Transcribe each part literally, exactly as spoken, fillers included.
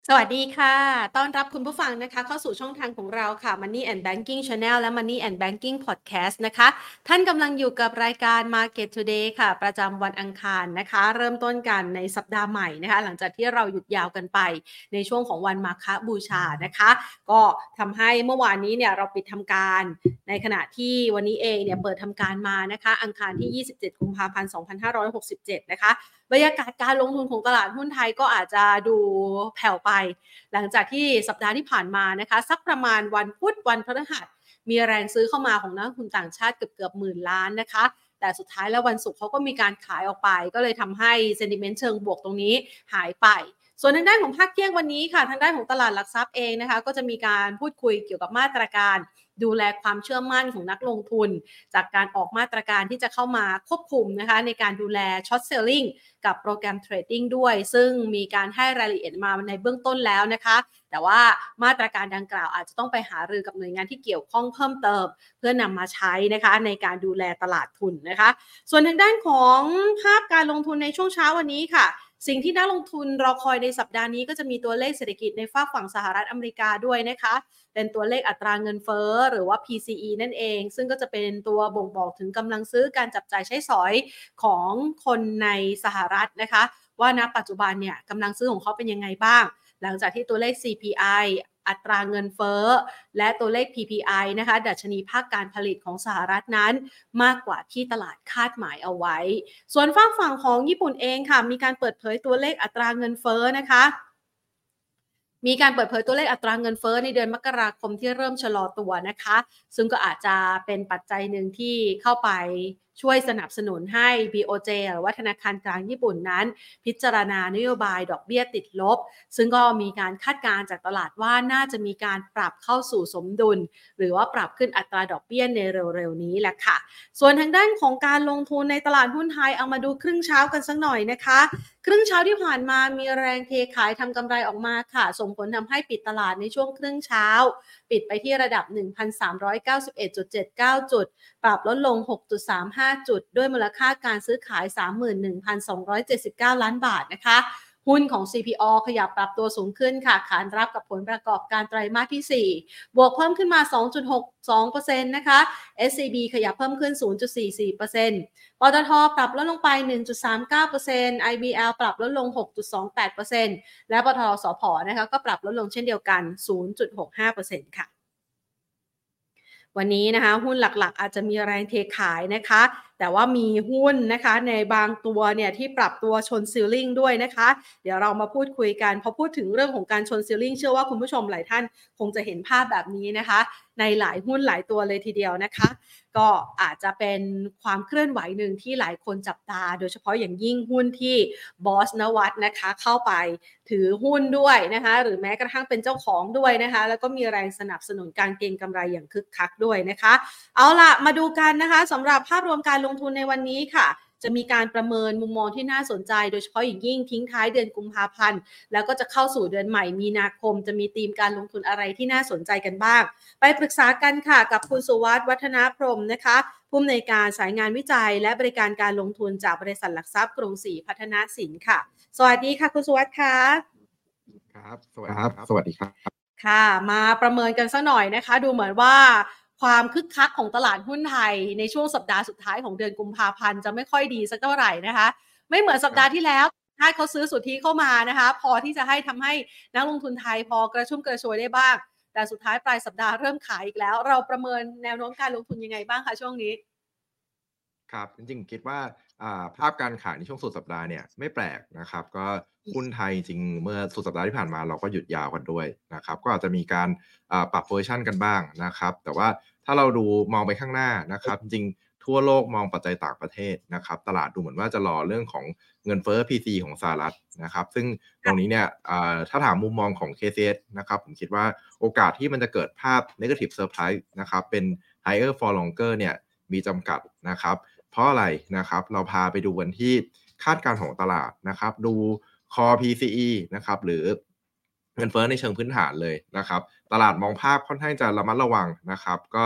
สวัสดีค่ะต้อนรับคุณผู้ฟังนะคะเข้าสู่ช่องทางของเราค่ะ Money and Banking Channel และ Money and Banking Podcast นะคะท่านกำลังอยู่กับรายการ Market Today ค่ะประจำวันอังคารนะคะเริ่มต้นกันในสัปดาห์ใหม่นะคะหลังจากที่เราหยุดยาวกันไปในช่วงของวันมาฆบูชานะคะก็ทำให้เมื่อวานนี้เนี่ยเราปิดทำการในขณะที่วันนี้เองเนี่ยเปิดทำการมานะคะอังคารที่ยี่สิบเจ็ดกุมภาพันธ์สองพันห้าร้อยหกสิบเจ็ดนะคะบรรยากาศการลงทุนของตลาดหุ้นไทยก็อาจจะดูแผ่วไปหลังจากที่สัปดาห์ที่ผ่านมานะคะสักประมาณวันพุธวันพฤหัสมีแรงซื้อเข้ามาของนักลงทุนต่างชาติเกือบๆหมื่นล้านนะคะแต่สุดท้ายแล้ววันศุกร์เขาก็มีการขายออกไปก็เลยทำให้ sentiment เชิงบวกตรงนี้หายไปส่วนทางด้านของภาคเที่ยงวันนี้ค่ะทางด้านของตลาดหลักทรัพย์เองนะคะก็จะมีการพูดคุยเกี่ยวกับมาตรการดูแลความเชื่อมั่นของนักลงทุนจากการออกมาตรการที่จะเข้ามาควบคุมนะคะในการดูแลช็อตเซลลิงกับโปรแกรมเทรดดิ้งด้วยซึ่งมีการให้รายละเอียดมาในเบื้องต้นแล้วนะคะแต่ว่ามาตรการดังกล่าวอาจจะต้องไปหารือกับหน่วยงานที่เกี่ยวข้องเพิ่มเติมเพื่อนำมาใช้นะคะในการดูแลตลาดทุนนะคะส่วนทางด้านของภาพการลงทุนในช่วงเช้าวันนี้ค่ะสิ่งที่นักลงทุนรอคอยในสัปดาห์นี้ก็จะมีตัวเลขเศรษฐกิจในฝั่งฝั่งสหรัฐอเมริกาด้วยนะคะเป็นตัวเลขอัตราเงินเฟ้อหรือว่า พี ซี อี นั่นเองซึ่งก็จะเป็นตัวบ่งบอกถึงกำลังซื้อการจับจ่ายใช้สอยของคนในสหรัฐนะคะว่าณปัจจุบันเนี่ยกำลังซื้อของเขาเป็นยังไงบ้างหลังจากที่ตัวเลข ซี พี ไอ อัตราเงินเฟ้อและตัวเลข พี พี ไอ นะคะดัชนีภาคการผลิตของสหรัฐนั้นมากกว่าที่ตลาดคาดหมายเอาไว้ส่วนฝั่งฝั่งของญี่ปุ่นเองค่ะมีการเปิดเผยตัวเลขอัตราเงินเฟ้อนะคะมีการเปิดเผยตัวเลขอัตราเงินเฟ้อในเดือนมกราคมที่เริ่มชะลอตัวนะคะซึ่งก็อาจจะเป็นปัจจัยหนึ่งที่เข้าไปช่วยสนับสนุนให้ บี โอ เจ หรือว่าธนาคารกลางญี่ปุ่นนั้นพิจารณานโยบายดอกเบี้ยติดลบซึ่งก็มีการคาดการณ์จากตลาดว่าน่าจะมีการปรับเข้าสู่สมดุลหรือว่าปรับขึ้นอัตราดอกเบี้ยในเร็วๆนี้แหละค่ะส่วนทางด้านของการลงทุนในตลาดหุ้นไทยเอามาดูครึ่งเช้ากันสักหน่อยนะคะครึ่งเช้าที่ผ่านมามีแรงเทขายทำกำไรออกมาค่ะส่งผลทำให้ปิดตลาดในช่วงครึ่งเช้าปิดไปที่ระดับ หนึ่งพันสามร้อยเก้าสิบเอ็ดจุดเจ็ดเก้า จุดปรับลดลง หกจุดสามห้า จุดด้วยมูลค่าการซื้อขาย สามหมื่นหนึ่งพันสองร้อยเจ็ดสิบเก้า ล้านบาทนะคะหุ้นของ ซี พี โอ ขยับปรับตัวสูงขึ้นค่ะขานรับกับผลประกอบการไตรมาสที่สี่บวกเพิ่มขึ้นมา สองจุดหกสองเปอร์เซ็นต์ นะคะ เอส ซี บี ขยับเพิ่มขึ้น ศูนย์จุดสี่สี่เปอร์เซ็นต์ ปตทปรับลดลงไป หนึ่งจุดสามเก้าเปอร์เซ็นต์ ไอ บี แอล ปรับลดลง หกจุดสองแปดเปอร์เซ็นต์ และปตทสผนะคะก็ปรับลดลงเช่นเดียวกัน ศูนย์จุดหกห้าเปอร์เซ็นต์ ค่ะวันนี้นะคะหุ้นหลักๆอาจจะมีแรงเทขายนะคะแต่ว่ามีหุ้นนะคะในบางตัวเนี่ยที่ปรับตัวชนซีลลิงด้วยนะคะเดี๋ยวเรามาพูดคุยกันพอพูดถึงเรื่องของการชนซีลลิงเชื่อว่าคุณผู้ชมหลายท่านคงจะเห็นภาพแบบนี้นะคะในหลายหุ้นหลายตัวเลยทีเดียวนะคะก็อาจจะเป็นความเคลื่อนไหวหนึ่งที่หลายคนจับตาโดยเฉพาะอย่างยิ่งหุ้นที่บอสนวัตนะคะเข้าไปถือหุ้นด้วยนะคะหรือแม้กระทั่งเป็นเจ้าของด้วยนะคะแล้วก็มีแรงสนับสนุนการเก็งกำไรอย่างคึกคักด้วยนะคะเอาล่ะมาดูกันนะคะสำหรับภาพรวมการลงทุนในวันนี้ค่ะจะมีการประเมินมุมมองที่น่าสนใจโดยเฉพาะอย่างยิ่งทิ้งท้ายเดือนกุมภาพันธ์แล้วก็จะเข้าสู่เดือนใหม่มีนาคมจะมีธีมการลงทุนอะไรที่น่าสนใจกันบ้างไปปรึกษากันค่ะกับคุณสุวัสด์วัฒนพรหมนะคะผู้อำนวยการสายงานวิจัยและบริการการลงทุนจากบริษัทหลักทรัพย์กรุงศรีพัฒนาสินค่ะสวัสดีค่ะคุณสุวัสด์ค่ะครับสวัสดีครับสวัสดีครับค่ะมาประเมินกันสักหน่อยนะคะดูเหมือนว่าความคึกคักของตลาดหุ้นไทยในช่วงสัปดาห์สุดท้ายของเดือนกุมภาพันธ์จะไม่ค่อยดีสักเท่าไหร่นะคะไม่เหมือนสัปดาห์ที่แล้วถ้าเขาซื้อสุทธิเข้ามานะคะพอที่จะให้ทำให้นักลงทุนไทยพอกระชุ่มกระชวยได้บ้างแต่สุดท้ายปลายสัปดาห์เริ่มขายอีกแล้วเราประเมินแนวโน้มการลงทุนยังไงบ้างคะช่วงนี้ครับจริงๆคิดว่าอ่าภาพการขายในช่วงสุดสัปดาห์เนี่ยไม่แปลกนะครับก็หุ้นไทยจริงๆเมื่อสุดสัปดาห์ที่ผ่านมาเราก็หยุดยาวกันด้วยนะครับก็อาจจะมีการอ่าปรับ position กันบ้างนะครับแต่ว่าถ้าเราดูมองไปข้างหน้านะครับจริงๆทั่วโลกมองปัจจัยต่างประเทศนะครับตลาดดูเหมือนว่าจะรอเรื่องของเงินเฟ้อ พี ซี ของสหรัฐนะครับซึ่งตรงนี้เนี่ยอ่าถ้าถามมุมมองของ เค ซี เอส นะครับผมคิดว่าโอกาสที่มันจะเกิดภาพ negative surprise นะครับเป็น higher for longer เนี่ยมีจำกัดนะครับ เพราะอะไรนะครับเราพาไปดูกันที่คาดการณ์ของตลาดนะครับดู Core พี ซี อี นะครับหรือเงินเฟ้อในเชิงพื้นฐานเลยนะครับตลาดมองภาพค่อนข้างจะระมัดระวังนะครับก็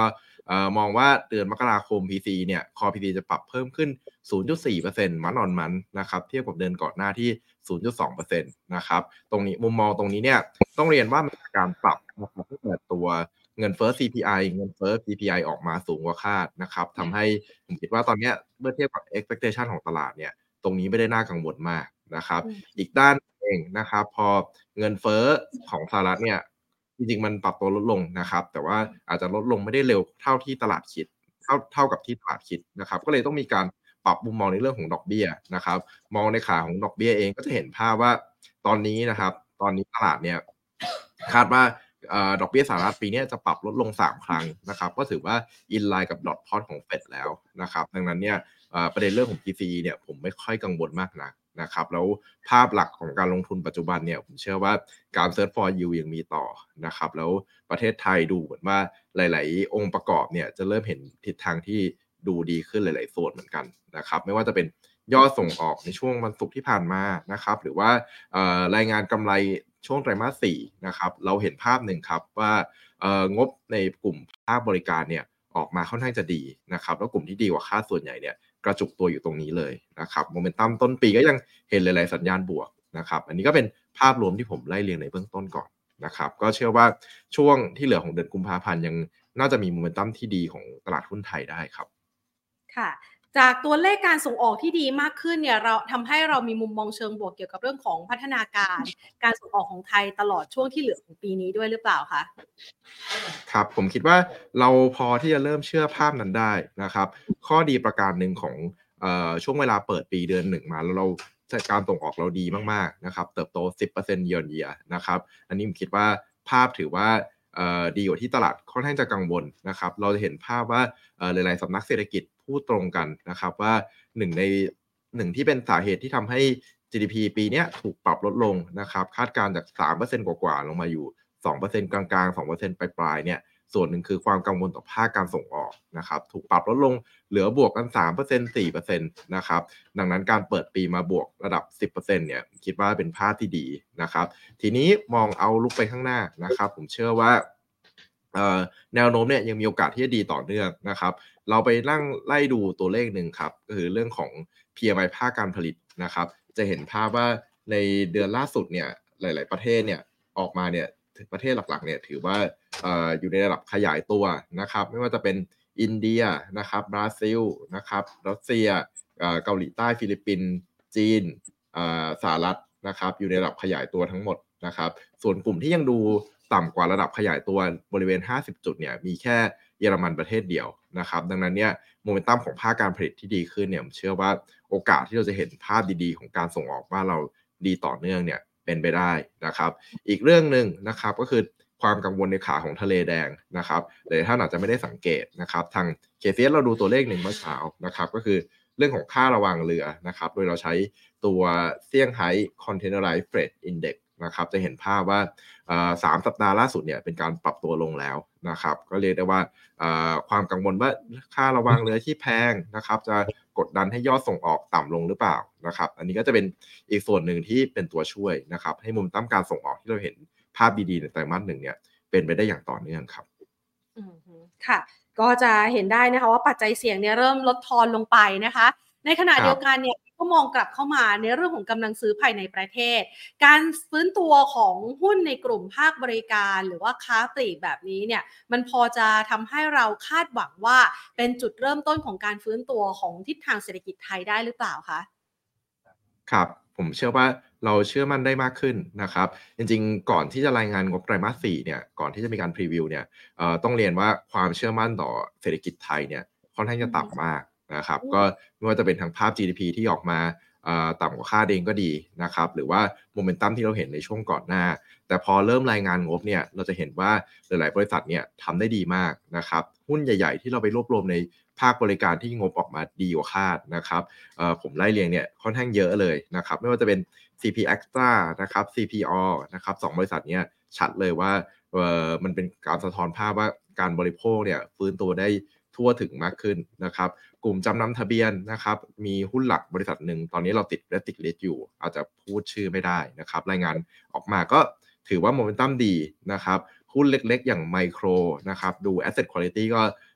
เอ่อมองว่าเดือนมกราคม พี ซี เนี่ย Core พี ซี จะปรับเพิ่มขึ้น ศูนย์จุดสี่เปอร์เซ็นต์ month on month นะครับเทียบกับเดือนก่อนหน้าที่ ศูนย์จุดสองเปอร์เซ็นต์ นะครับตรงนี้มุมมองตรงนี้เนี่ยต้องเรียนว่ามันเป็นการปรับนะครับตั้งแต่ตัวเงินเฟ้อ ซี พี ไอ เงินเฟ้อ พี พี ไอ ออกมาสูงกว่าคาดนะครับทำให้ผมคิดว่าตอนเนี้ยเมื่อเทียบกับ expectation ของตลาดเนี่ยตรงนี้ไม่ได้น่ากังวลมากนะครับอืมอีกด้านเองนะครับพอเงินเฟ้อของสหรัฐเนี่ยจริงๆมันปรับตัวลดลงนะครับแต่ว่าอาจจะลดลงไม่ได้เร็วเท่าที่ตลาดคิดเท่าเท่ากับที่ตลาดคิดนะครับก็เลยต้องมีการปรับมุมมองในเรื่องของดอกเบี้ยนะครับมองในขาของดอกเบี้ยเองก็จะเห็นภาพว่าตอนนี้นะครับตอนนี้ตลาดเนี่ยคาดว่าเอ่อดอกเบี้ยสหรัฐปีนี้จะปรับลดลงสามครั้งนะครับก็ถือว่า in line กับ dot plot ของ Fed แล้วนะครับดังนั้นเนี่ยเอ่อประเด็นเรื่องของ พี ซี อี เนี่ยผมไม่ค่อยกังวลมากนักนะครับแล้วภาพหลักของการลงทุนปัจจุบันเนี่ยผมเชื่อว่าการ search for yield ยังมีต่อนะครับแล้วประเทศไทยดูเหมือนว่าหลายๆองค์ประกอบเนี่ยจะเริ่มเห็นทิศทางที่ดูดีขึ้นหลายๆส่วนเหมือนกันนะครับไม่ว่าจะเป็นยอดส่งออกในช่วงวันศุกร์ที่ผ่านมานะครับหรือว่าเอ่อรายงานกำไรช่วงไตรมาสสี่นะครับเราเห็นภาพหนึ่งครับว่าเอ่องบในกลุ่มภาคบริการเนี่ยออกมาค่อนข้างจะดีนะครับแล้วกลุ่มที่ดีกว่าคาดส่วนใหญ่เนี่ยกระจุกตัวอยู่ตรงนี้เลยนะครับโมเมนตัมต้นปีก็ยังเห็นหลายๆสัญญาณบวกนะครับอันนี้ก็เป็นภาพรวมที่ผมไล่เรียงในเบื้องต้นก่อนนะครับก็เชื่อว่าช่วงที่เหลือของเดือนกุมภาพันธ์ยังน่าจะมีโมเมนตัมที่ดีของตลาดหุ้นไทยได้ครับค่ะจากตัวเลขการส่งออกที่ดีมากขึ้นเนี่ยเราทำให้เรามีมุมมองเชิงบวกเกี่ยวกับเรื่องของพัฒนาการการส่งออกของไทยตลอดช่วงที่เหลือของปีนี้ด้วยหรือเปล่าคะครับผมคิดว่าเราพอที่จะเริ่มเชื่อภาพนั้นได้นะครับข้อดีประการหนึ่งของเอ่อช่วงเวลาเปิดปีเดือนหนึ่งมาแล้วเราการส่งออกเราดีมากๆนะครับเติบโต สิบเปอร์เซ็นต์ year on year นะครับอันนี้ผมคิดว่าภาพถือว่าเอ่อดีกว่าที่ตลาดค่อนข้างจะกังวลนะครับเราจะเห็นภาพว่าเอ่อหลายๆสำนักเศรษฐกิจพูดตรงกันนะครับว่าหนึ่งในหนึ่งที่เป็นสาเหตุที่ทำให้ จี ดี พี ปีเนี้ยถูกปรับลดลงนะครับคาดการณ์จาก สามเปอร์เซ็นต์ กว่าๆลงมาอยู่ สองเปอร์เซ็นต์ กลางๆ สองเปอร์เซ็นต์ ปลายๆเนี่ยส่วนหนึ่งคือความกังวลต่อภาคการส่งออกนะครับถูกปรับลดลงเหลือบวกกัน สามเปอร์เซ็นต์ สี่เปอร์เซ็นต์ นะครับดังนั้นการเปิดปีมาบวกระดับ สิบเปอร์เซ็นต์ เนี่ยคิดว่าเป็นภาพที่ดีนะครับทีนี้มองเอาลุกไปข้างหน้านะครับผมเชื่อว่าเอ่อแนวโน้มเนี่ยยังมีโอกาสที่จะดีต่อเนื่องนะครับเราไปนั่งไล่ดูตัวเลขหนึ่งครับก็คือเรื่องของ พี เอ็ม ไอ ภาคการผลิตนะครับจะเห็นภาพว่าในเดือนล่าสุดเนี่ยหลายๆประเทศเนี่ยออกมาเนี่ยประเทศหลักๆเนี่ยถือว่าเอ่ออยู่ในระดับขยายตัวนะครับไม่ว่าจะเป็นอินเดียนะครับบราซิลนะครับรัสเซียเอ่อเกาหลีใต้ฟิลิปปินส์จีนเอ่อสหรัฐนะครับอยู่ในระดับขยายตัวทั้งหมดนะครับส่วนกลุ่มที่ยังดูต่ำกว่าระดับขยายตัวบริเวณห้าสิบจุดเนี่ยมีแค่เยอรมันประเทศเดียวนะครับดังนั้นเนี่ยโมเมนตัมของภาคการผลิตที่ดีขึ้นเนี่ยผมเชื่อว่าโอกาสที่เราจะเห็นภาพดีๆของการส่งออกบ้านเราดีต่อเนื่องเนี่ยเป็นไปได้นะครับอีกเรื่องหนึ่งนะครับก็คือความกังวลในขาของทะเลแดงนะครับหลายท่านอาจจะไม่ได้สังเกตนะครับทาง เค ซี เอส เราดูตัวเลขหนึ่งเมื่อเช้านะครับก็คือเรื่องของค่าระวางเรือนะครับโดยเราใช้ตัวเซี่ยงไฮ้ Containerized Freight Index นะครับจะเห็นภาพว่าสามสัปดาห์ล่าสุดเนี่ยเป็นการปรับตัวลงแล้วนะครับก็เรียกได้ว่าความกังวลว่าค่าระวางเรือที่แพงนะครับจะกดดันให้ยอดส่งออกต่ำลงหรือเปล่านะครับอันนี้ก็จะเป็นอีกส่วนหนึ่งที่เป็นตัวช่วยนะครับให้มุมตั้มการส่งออกที่เราเห็นภาพดีๆในไตรมาสหนึ่งเนี่ยเป็นไปได้อย่างต่อเนื่องครับอืมค่ะก็จะเห็นได้นะคะว่าปัจจัยเสี่ยงเนี่ยเริ่มลดทอนลงไปนะคะในขณะเดียวกันเนี่ยก็มองกลับเข้ามาในเรื่องของกำลังซื้อภายในประเทศการฟื้นตัวของหุ้นในกลุ่มภาคบริการหรือว่าค้าปลีกแบบนี้เนี่ยมันพอจะทำให้เราคาดหวังว่าเป็นจุดเริ่มต้นของการฟื้นตัวของทิศทางเศรษฐกิจไทยได้หรือเปล่าคะครับผมเชื่อว่าเราเชื่อมั่นได้มากขึ้นนะครับจริงๆก่อนที่จะรายงานงบไตรมาสสี่เนี่ยก่อนที่จะมีการพรีวิวเนี่ยเอ่อต้องเรียนว่าความเชื่อมั่นต่อเศรษฐกิจไทยเนี่ยค่อนข้างจะต่ำมากนะครับก็ไม่ว่าจะเป็นทางภาพ จี ดี พี ที่ออกมาเอ่อต่ำกว่าคาดเองก็ดีนะครับหรือว่าโมเมนตัมที่เราเห็นในช่วงก่อนหน้าแต่พอเริ่มรายงานงบเนี่ยเราจะเห็นว่าหลายๆบริษัทเนี่ยทำได้ดีมากนะครับหุ้นใหญ่ๆที่เราไปรวบรวมในภาคบริการที่งบออกมาดีกว่าคาดนะครับเอ่อผมไล่เรียงเนี่ยค่อนข้างเยอะเลยนะครับไม่ว่าจะเป็น ซี พี Extra นะครับ ซี พี อ นะครับสองบริษัทเนี้ยชัดเลยว่าเอ่อมันเป็นการสะท้อนภาพว่าการบริโภคเนี่ยฟื้นตัวได้ทั่วถึงมากขึ้นนะครับกลุ่มจำนำทะเบียนนะครับมีหุ้นหลักบริษัทหนึ่งตอนนี้เราติดและติดลิสต์อยู่อาจจะพูดชื่อไม่ได้นะครับรายงานออกมาก็ถือว่าโมเมนตัมดีนะครับหุ้นเล็กๆอย่างไมโครนะครับดู Asset Quality ก็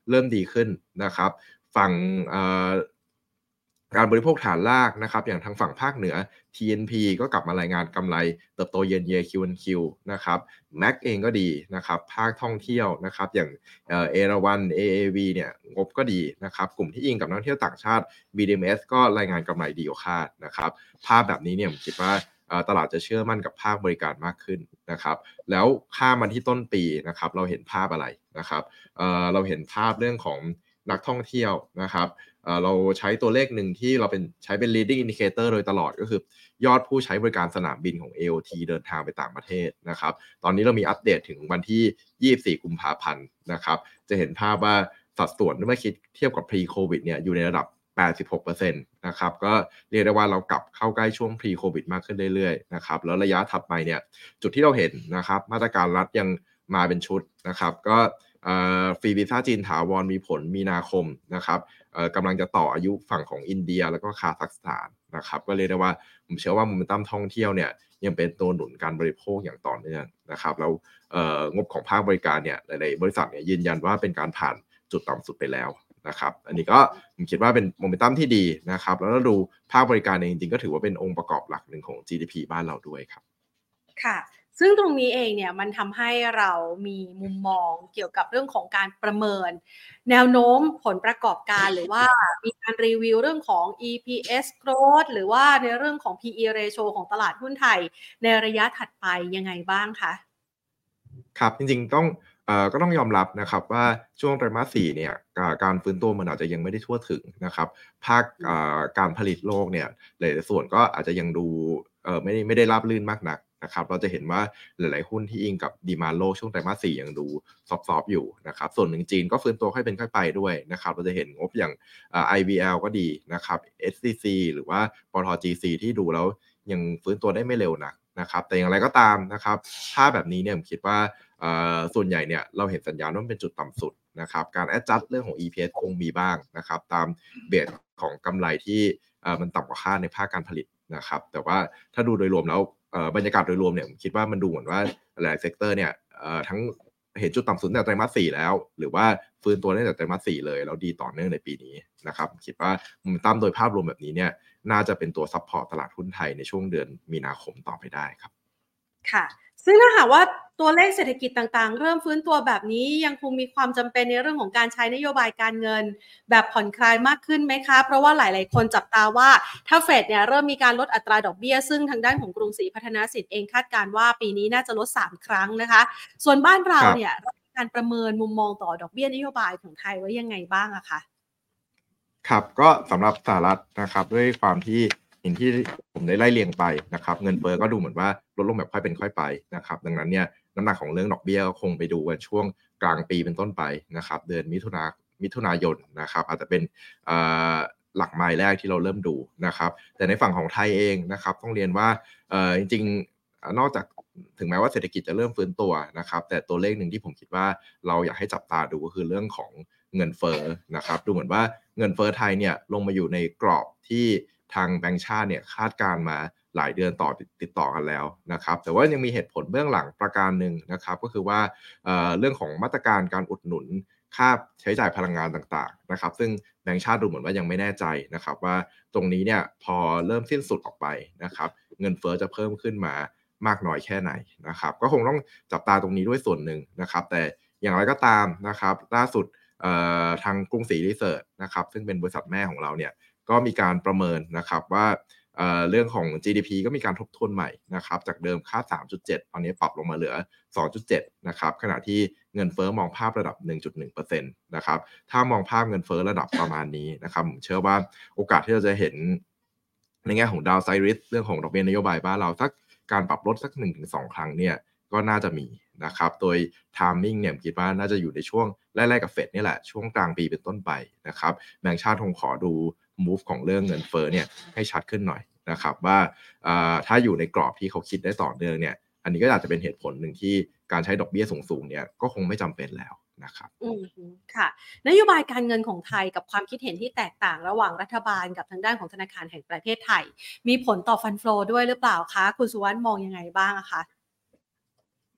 เริ่มดีขึ้นนะครับฝั่งเอ่อการบริโภคฐานรากนะครับอย่างทางฝั่งภาคเหนือ ที เอ็น พี ก็กลับมารายงานกำไรเติบโต year-on-year คิว ออน คิว นะครับ แม็ก เองก็ดีนะครับภาคท่องเที่ยวนะครับอย่างเอ่อเอราวัณ เอ เอ วี เนี่ยงบก็ดีนะครับกลุ่มที่อิงกับนักท่องเที่ยวต่างชาติ บี ดี เอ็ม เอส ก็รายงานกำไรดีกว่าคาดนะครับภาพแบบนี้เนี่ยผมคิดว่าเอ่อตลาดจะเชื่อมั่นกับภาคบริการมากขึ้นนะครับแล้วข้ามมาที่ต้นปีนะครับเราเห็นภาพอะไรนะครับเอ่อเราเห็นภาพเรื่องของนักท่องเที่ยวนะครับเอ่อเราใช้ตัวเลขหนึ่งที่เราเป็นใช้เป็น leading indicator โดยตลอดก็คือยอดผู้ใช้บริการสนามบินของ เอ โอ ที เดินทางไปต่างประเทศนะครับตอนนี้เรามีอัปเดตถึงวันที่ยี่สิบสี่กุมภาพันธ์นะครับจะเห็นภาพว่าสัดส่วนเมื่อคิดเทียบกับ pre covid เนี่ยอยู่ในระดับ แปดสิบหกเปอร์เซ็นต์ นะครับก็เรียกได้ว่าเรากลับเข้าใกล้ช่วง pre covid มากขึ้นเรื่อยๆนะครับแล้วระยะถัดไปเนี่ยจุดที่เราเห็นนะครับมาตรการรัฐยังมาเป็นชุดนะครับก็ฟรีวีซ่าจีนถาวรมีผลมีนาคมนะครับกำลังจะต่ออายุฝั่งของอินเดียแล้วก็คาซัคสถานนะครับก็เรียกได้ว่าผมเชื่อว่าโมเมนตัมท่องเที่ยวเนี่ยยังเป็นตัวหนุนการบริโภคอย่างต่อเนื่องนะครับแล้วงบของภาคบริการเนี่ยหลายๆบริษัทเนี่ยยืนยันว่าเป็นการผ่านจุดต่ำสุดไปแล้วนะครับอันนี้ก็ผมคิดว่าเป็นโมเมนตัมที่ดีนะครับแล้วเราดูภาคบริการเองจริงๆก็ถือว่าเป็นองค์ประกอบหลักหนึ่งของ จี ดี พี บ้านเราด้วยครับค่ะซึ่งตรงนี้เองเนี่ยมันทำให้เรามีมุมมองเกี่ยวกับเรื่องของการประเมินแนวโน้มผลประกอบการหรือว่ามีการรีวิวเรื่องของ อี พี เอส growth หรือว่าในเรื่องของ พี อี ratio ของตลาดหุ้นไทยในระยะถัดไปยังไงบ้างคะครับจริงๆต้องเอ่อก็ต้องยอมรับนะครับว่าช่วงไตรมาสสี่เนี่ยกาการฟื้นตัวมันอาจจะยังไม่ได้ทั่วถึงนะครับภาคอ่าการผลิตโลกเนี่ยหลายๆส่วนก็อาจจะยังดูเอ่อไม่ได้ไม่ได้ราบรื่นมากนักนะครับเราจะเห็นว่าหลายๆหุ้นที่อิงกับ Demand โลกช่วงไตรมาสสี่ยังดูซอฟต์ๆอยู่นะครับส่วนหนึ่งจีนก็ฟื้นตัวค่อยเป็นค่อยไปด้วยนะครับเราจะเห็นงบอย่างอ่า ไอ วี แอล ก็ดีนะครับ เอส ซี ซี หรือว่าปตท จี ซี ที่ดูแล้วยังฟื้นตัวได้ไม่เร็วนักนะครับแต่อย่างไรก็ตามนะครับภาพแบบนี้เนี่ยผมคิดว่าเอ่อส่วนใหญ่เนี่ยเราเห็นสัญญาณว่ามันเป็นจุดต่ำสุดนะครับการ adjust เรื่องของ อี พี เอส คงมีบ้างนะครับตามเบสของกำไรที่เอ่อมันต่ำกว่าคาดในภาคการผลิตนะครับแต่ว่าถ้าดูโดยรวมแล้วเอ่อบรรยากาศโดยรวมเนี่ยผมคิดว่ามันดูเหมือนว่าหลายเซกเตอร์เนี่ยเอ่อทั้งเห็นจุดต่ำสุดตั้งแต่ไตรมาสสี่แล้วหรือว่าฟื้นตัวตั้งแต่ไตรมาสสี่เลยแล้วดีต่อเนื่องในปีนี้นะครับคิดว่าโมเมนตัมโดยภาพรวมแบบนี้เนี่ยน่าจะเป็นตัวซัปพอร์ตตลาดหุ้นไทยในช่วงเดือนมีนาคมต่อไปได้ครับค่ะซึ่งถ้าหากว่าตัวเลขเศรษฐกิจต่างๆเริ่มฟื้นตัวแบบนี้ยังคงมีความจำเป็นในเรื่องของการใช้นโยบายการเงินแบบผ่อนคลายมากขึ้นไหมคะเพราะว่าหลายๆคนจับตาว่าถ้าเฟดเนี่ยเริ่มมีการลดอัตราดอกเบี้ยซึ่งทางด้านของกรุงศรีพัฒนาสินเองคาดการณ์ว่าปีนี้น่าจะลดสามครั้งนะคะส่วนบ้านเราเนี่ยการประเมินมุมมองต่อดอกเบี้ยนโยบายของไทยไว้ยังไงบ้างอะคะครับก็สำหรับสหรัฐนะครับด้วยความที่อย่างที่ผมได้ไล่เรียงไปนะครับเงินเฟ้อก็ดูเหมือนว่าลดลงแบบค่อยเป็นค่อยไปนะครับดังนั้นเนี่ยน้ำหนักของเรื่องดอกเบี้ยก็คงไปดูกันช่วงกลางปีเป็นต้นไปนะครับเดือนมิถุนามิถุนายนนะครับอาจจะเป็นเอ่อหลักไมล์แรกที่เราเริ่มดูนะครับแต่ในฝั่งของไทยเองนะครับต้องเรียนว่าเอ่อจริงๆนอกจากถึงแม้ว่าเศรษฐกิจจะเริ่มฟื้นตัวนะครับแต่ตัวเลขหนึ่งที่ผมคิดว่าเราอยากให้จับตาดูก็คือเรื่องของเงินเฟ้อนะครับดูเหมือนว่าเงินเฟ้อไทยเนี่ยลงมาอยู่ในกรอบที่ทางแบงก์ชาติเนี่ยคาดการมาหลายเดือนต่อติดต่อกันแล้วนะครับแต่ว่ายังมีเหตุผลเบื้องหลังประการหนึ่งนะครับก็คือว่าเอ่อเรื่องของมาตรการการอุดหนุนค่าใช้จ่ายพลังงานต่างๆนะครับซึ่งแบงก์ชาติดูเหมือนว่ายังไม่แน่ใจนะครับว่าตรงนี้เนี่ยพอเริ่มสิ้นสุดออกไปนะครับเงินเฟ้อจะเพิ่มขึ้นมามากน้อยแค่ไหนนะครับก็คงต้องจับตาตรงนี้ด้วยส่วนหนึ่งนะครับแต่อย่างไรก็ตามนะครับล่าสุดทางกรุงศรีรีเสิร์ชนะครับซึ่งเป็นบริษัทแม่ของเราเนี่ยก็มีการประเมินนะครับว่าเอ่อเรื่องของ จี ดี พี ก็มีการทบทวนใหม่นะครับจากเดิมคาด สามจุดเจ็ด ตอนนี้ปรับลงมาเหลือ สองจุดเจ็ด นะครับขณะที่เงินเฟ้อมองภาพระดับ หนึ่งจุดหนึ่งเปอร์เซ็นต์ นะครับถ้ามองภาพเงินเฟ้อระดับประมาณนี้นะครับผมเชื่อว่าโอกาสที่เราจะเห็นในแง่ของ downside risk เรื่องของดอกเบี้ยนโยบายบ้านเราสักการปรับลดสัก หนึ่งถึงสอง ครั้งเนี่ยก็น่าจะมีนะครับโดย timing เนี่ยผมคิดว่าน่าจะอยู่ในช่วงไล่ๆกับเฟดนี่แหละช่วงกลางปีเป็นต้นไปนะครับแบงก์ชาติคงขอดู move ของเรื่องเงินเฟ้อเนี่ยให้ชัดขึ้นหน่อยนะครับว่าถ้าอยู่ในกรอบที่เขาคิดได้ต่อเนื่องเนี่ยอันนี้ก็อาจจะเป็นเหตุผลหนึ่งที่การใช้ดอกเบี้ยสูงๆเนี่ยก็คงไม่จำเป็นแล้วนะครับอืมค่ะนโยบายการเงินของไทยกับความคิดเห็นที่แตกต่างระหว่างรัฐบาลกับทางด้านของธนาคารแห่งประเทศไทยมีผลต่อฟันโฟลด้วยหรือเปล่าคะคุณสุวรรณมองยังไงบ้างอะคะ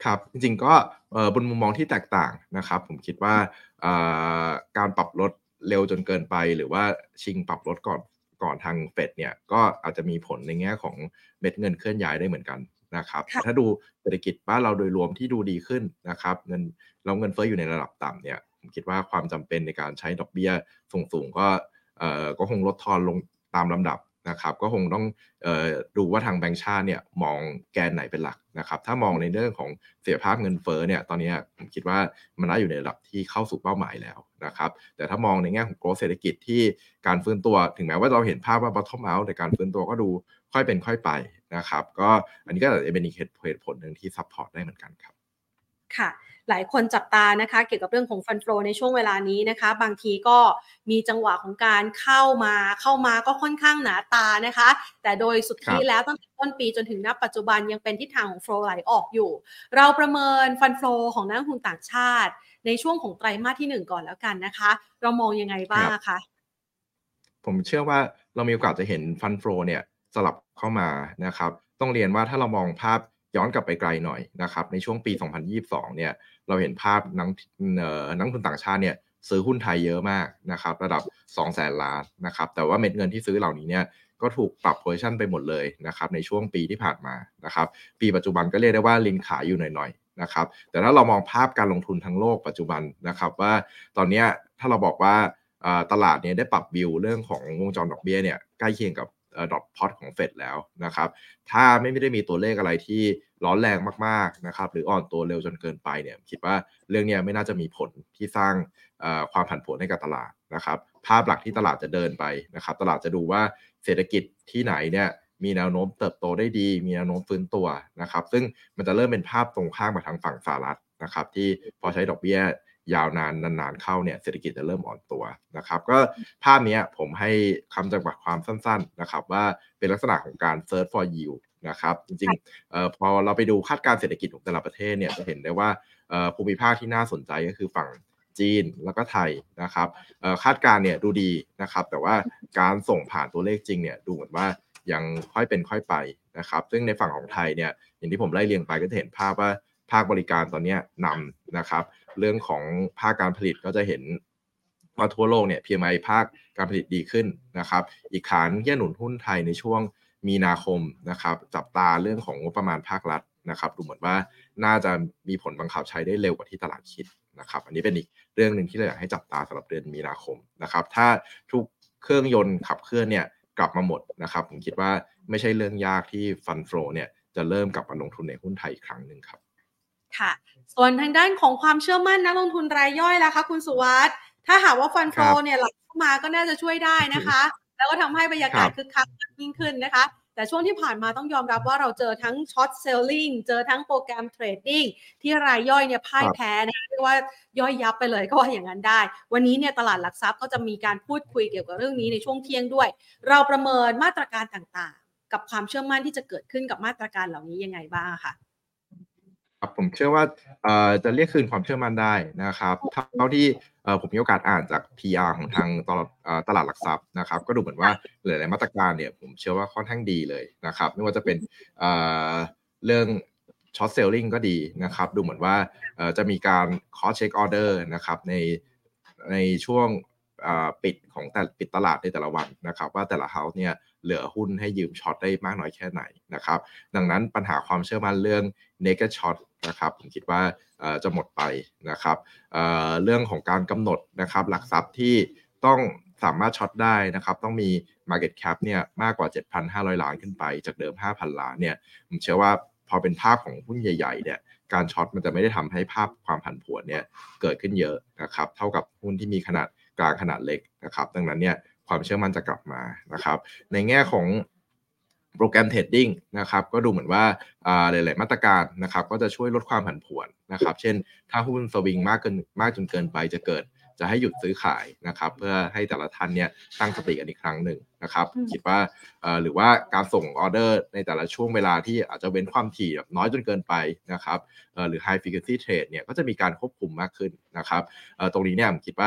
ครับจริงๆก็เอ่อบนมุมมองที่แตกต่างนะครับผมคิดว่าอ่าการปรับลดเร็วจนเกินไปหรือว่าชิงปรับลดก่อนก่อนทาง Fed เนี่ยก็อาจจะมีผลในแง่ของเม็ดเงินเคลื่อนย้ายได้เหมือนกันนะครับแต่ถ้าค่ะดูเศรษฐกิจบ้านเราโดยรวมที่ดูดีขึ้นนะครับเงินแล้วเงินเฟ้ออยู่ในระดับต่ำเนี่ยผมคิดว่าความจำเป็นในการใช้ดอกเบี้ยสูงๆก็เอ่อก็คงลดทอนลงตามลำดับนะครับก็คงต้อง เอ่อดูว่าทางแบงก์ชาติเนี่ยมองแกนไหนเป็นหลักนะครับถ้ามองในเรื่องของเสถียรภาพเงินเฟ้อเนี่ยตอนนี้ผมคิดว่ามันน่าอยู่ในระดับที่เข้าสู่เป้าหมายแล้วนะครับแต่ถ้ามองในแง่ของ growth เศรษฐกิจที่การฟื้นตัวถึงแม้ว่าเราเห็นภาพว่า bottom out แต่การฟื้นตัวก็ดูค่อยเป็นค่อยไปนะครับก็อันนี้ก็อาจจะเป็นอีกเหตุเหตุผลหนึ่งที่ซัปพอร์ตได้เหมือนกันครับค่ะหลายคนจับตานะคะเกี่ยวกับเรื่องของฟันโฟในช่วงเวลานี้นะคะบางทีก็มีจังหวะของการเข้ามาเข้ามาก็ค่อนข้างหนาตานะคะแต่โดยสุทธิครับแล้วตั้งแต่ต้นปีจนถึงณปัจจุบันยังเป็นทิศทางของโฟลไหลออกอยู่เราประเมินฟันโฟของนักลงทุนต่างชาติในช่วงของไตรมาสที่หนึ่งก่อนแล้วกันนะคะเรามองยังไงคบ้างรับอะคะผมเชื่อว่าเรามีโอกาสจะเห็น Fund Flow เนี่ยสลับเข้ามานะครับต้องเรียนว่าถ้าเรามองภาพย้อนกลับไปไกลหน่อยนะครับในช่วงปีสองพันยี่สิบสองเนี่ยเราเห็นภาพนักเอ่อนักลงทุนต่างชาติเนี่ยซื้อหุ้นไทยเยอะมากนะครับระดับสองแสน ล้านนะครับแต่ว่าเม็ดเงินที่ซื้อเหล่านี้เนี่ยก็ถูกปรับ position ไปหมดเลยนะครับในช่วงปีที่ผ่านมานะครับปีปัจจุบันก็เรียกได้ว่าลินขายอยู่หน่อยๆนะครับแต่ถ้าเรามองภาพการลงทุนทั้งโลกปัจจุบันนะครับว่าตอนเนี้ยถ้าเราบอกว่า อ่าตลาดเนี่ยได้ปรับวิวเรื่องของวงจรดอกเบี้ยเนี่ยใกล้เคียงกับเอ่อดอทพลอตของ Fed แล้วนะครับถ้าไม่ได้มีตัวเลขอะไรที่ร้อนแรงมากๆนะครับหรืออ่อนตัวเร็วจนเกินไปเนี่ยคิดว่าเรื่องเนี้ยไม่น่าจะมีผลที่สร้างเอ่อความผันผวนให้กับตลาดนะครับภาพหลักที่ตลาดจะเดินไปนะครับตลาดจะดูว่าเศรษฐกิจที่ไหนเนี่ยมีแนวโน้มเติบโตได้ดีมีแนวโน้มฟื้นตัวนะครับซึ่งมันจะเริ่มเป็นภาพตรงข้ามกับทางฝั่งสหรัฐนะครับที่พอใช้ดอกเบี้ย ยาวนานนานๆเข้าเนี่ยเศรษฐกิจจะเริ่มอ่อนตัวนะครับก็ภาพเนี้ยผมให้คำจำกัดความสั้นๆนะครับว่าเป็นลักษณะของการ search for yield นะครับจริงๆเอ่อพอเราไปดูคาดการณ์เศรษฐกิจของแต่ละประเทศเนี่ยจะเห็นได้ว่าเอ่อภูมิภาคที่น่าสนใจก็คือฝั่งจีนแล้วก็ไทยนะครับเอ่อคาดการณ์เนี่ยดูดีนะครับแต่ว่าการส่งผ่านตัวเลขจริงเนี่ยดูเหมือนว่ายังค่อยเป็นค่อยไปนะครับซึ่งในฝั่งของไทยเนี่ยอย่างที่ผมไล่เรียงไปก็จะเห็นภาพว่าภาคบริการตอนเนี้ยนำนะครับ เรื่องของภาคการผลิตก็จะเห็นว่าทั่วโลกเนี่ย พี เอ็ม ไอ ภาคการผลิตดีขึ้นนะครับอีกขานที่หนุนหุ้นไทยในช่วงมีนาคมนะครับจับตาเรื่องของงบประมาณภาครัฐนะครับดูเหมือนว่าน่าจะมีผลบังคับใช้ได้เร็วกว่าที่ตลาดคิดนะครับอันนี้เป็นอีกเรื่องหนึ่งที่เราอยากให้จับตาสำหรับเดือนมีนาคมนะครับถ้าทุกเครื่องยนต์ขับเคลื่อนเนี่ยกลับมาหมดนะครับผมคิดว่าไม่ใช่เรื่องยากที่ฟันโฟเนี่ยจะเริ่มกลับมาลงทุนในหุ้นไทยอีกครั้งหนึ่งครับค่ะส่วนทางด้านของความเชื่อมั่นนักลงทุนรายย่อยล่ะคะคุณสุวัสด์ถ้าหากว่าฟันโฟครับเนี่ยไหลเข้ามาก็น่าจะช่วยได้นะคะแล้วก็ทำให้บรรยาครับกาศคึกคักมากยิ่งขึ้นนะคะแต่ช่วงที่ผ่านมาต้องยอมรับว่าเราเจอทั้งช็อตเซลลิงเจอทั้งโปรแกรมเทรดดิ้งที่รายย่อยเนี่ยพ่ายครับแพ้นะคะเรียกว่าย่อยยับไปเลยก็ว่าอย่างนั้นได้วันนี้เนี่ยตลาดหลักทรัพย์ก็จะมีการพูดคุยเกี่ยวกับเรื่องนี้ในช่วงเที่ยงด้วยเราประเมินมาตรการต่างๆกับความเชื่อมั่นที่จะเกิดขึ้นกับมาตรการเหล่านี้ยังไงบ้างคะครับผมเชื่อว่าเอ่อจะเรียกคืนความเชื่อมั่นได้นะครับเท่าที่เอ่อผมมีโอกาสอ่านจาก พี อาร์ ของทางตลาดเอ่อตลาดหลักทรัพย์นะครับก็ดูเหมือนว่าหลายๆมาตรการเนี่ยผมเชื่อว่าค่อนข้างดีเลยนะครับไม่ว่าจะเป็นเอ่อเรื่อง Short Selling ก็ดีนะครับดูเหมือนว่าเอ่อจะมีการ Cross Check Order นะครับในในช่วงอ่าปิดของแต่ปิดตลาดในแต่ละวันนะครับว่าแต่ละเฮาส์เนี่ยเหลือหุ้นให้ยืมช็อตได้มากน้อยแค่ไหนนะครับดังนั้นปัญหาความเชื่อมั่นเรื่อง naked short นะครับผมคิดว่าเอ่อจะหมดไปนะครับเอ่อเรื่องของการกำหนดนะครับหลักทรัพย์ที่ต้องสามารถช็อตได้นะครับต้องมี market cap เนี่ยมากกว่า เจ็ดพันห้าร้อย ล้านขึ้นไปจากเดิม ห้าพัน ล้านเนี่ยผมเชื่อว่าพอเป็นภาพของหุ้นใหญ่ๆเนี่ยการช็อตมันจะไม่ได้ทำให้ภาพความผันผวนเนี่ยเกิดขึ้นเยอะนะครับเท่ากับหุ้นที่มีขนาดกลางขนาดเล็กนะครับดังนั้นเนี่ยความเชื่อมั่นจะกลับมานะครับในแง่ของโปรแกรมเทรดดิ้งนะครับก็ดูเหมือนว่าอ่าหลายๆมาตรการนะครับก็จะช่วยลดความผันผวนนะครับเช่นถ้าหุ้นสวิงมากเกินมากจนเกินไปจะเกิดจะให้หยุดซื้อขายนะครับเพื่อให้แต่ละท่านเนี่ยตั้งสติกันอีกครั้งหนึ่งนะครับคิดว่าเอ่อหรือว่าการส่งออเดอร์ในแต่ละช่วงเวลาที่อาจจะเว้นความถี่แบบน้อยจนเกินไปนะครับเอ่อหรือ high frequency trade เนี่ยก็จะมีการควบคุมมากขึ้นนะครับเอ่อตรงนี้เนี่ยผมคิดว่า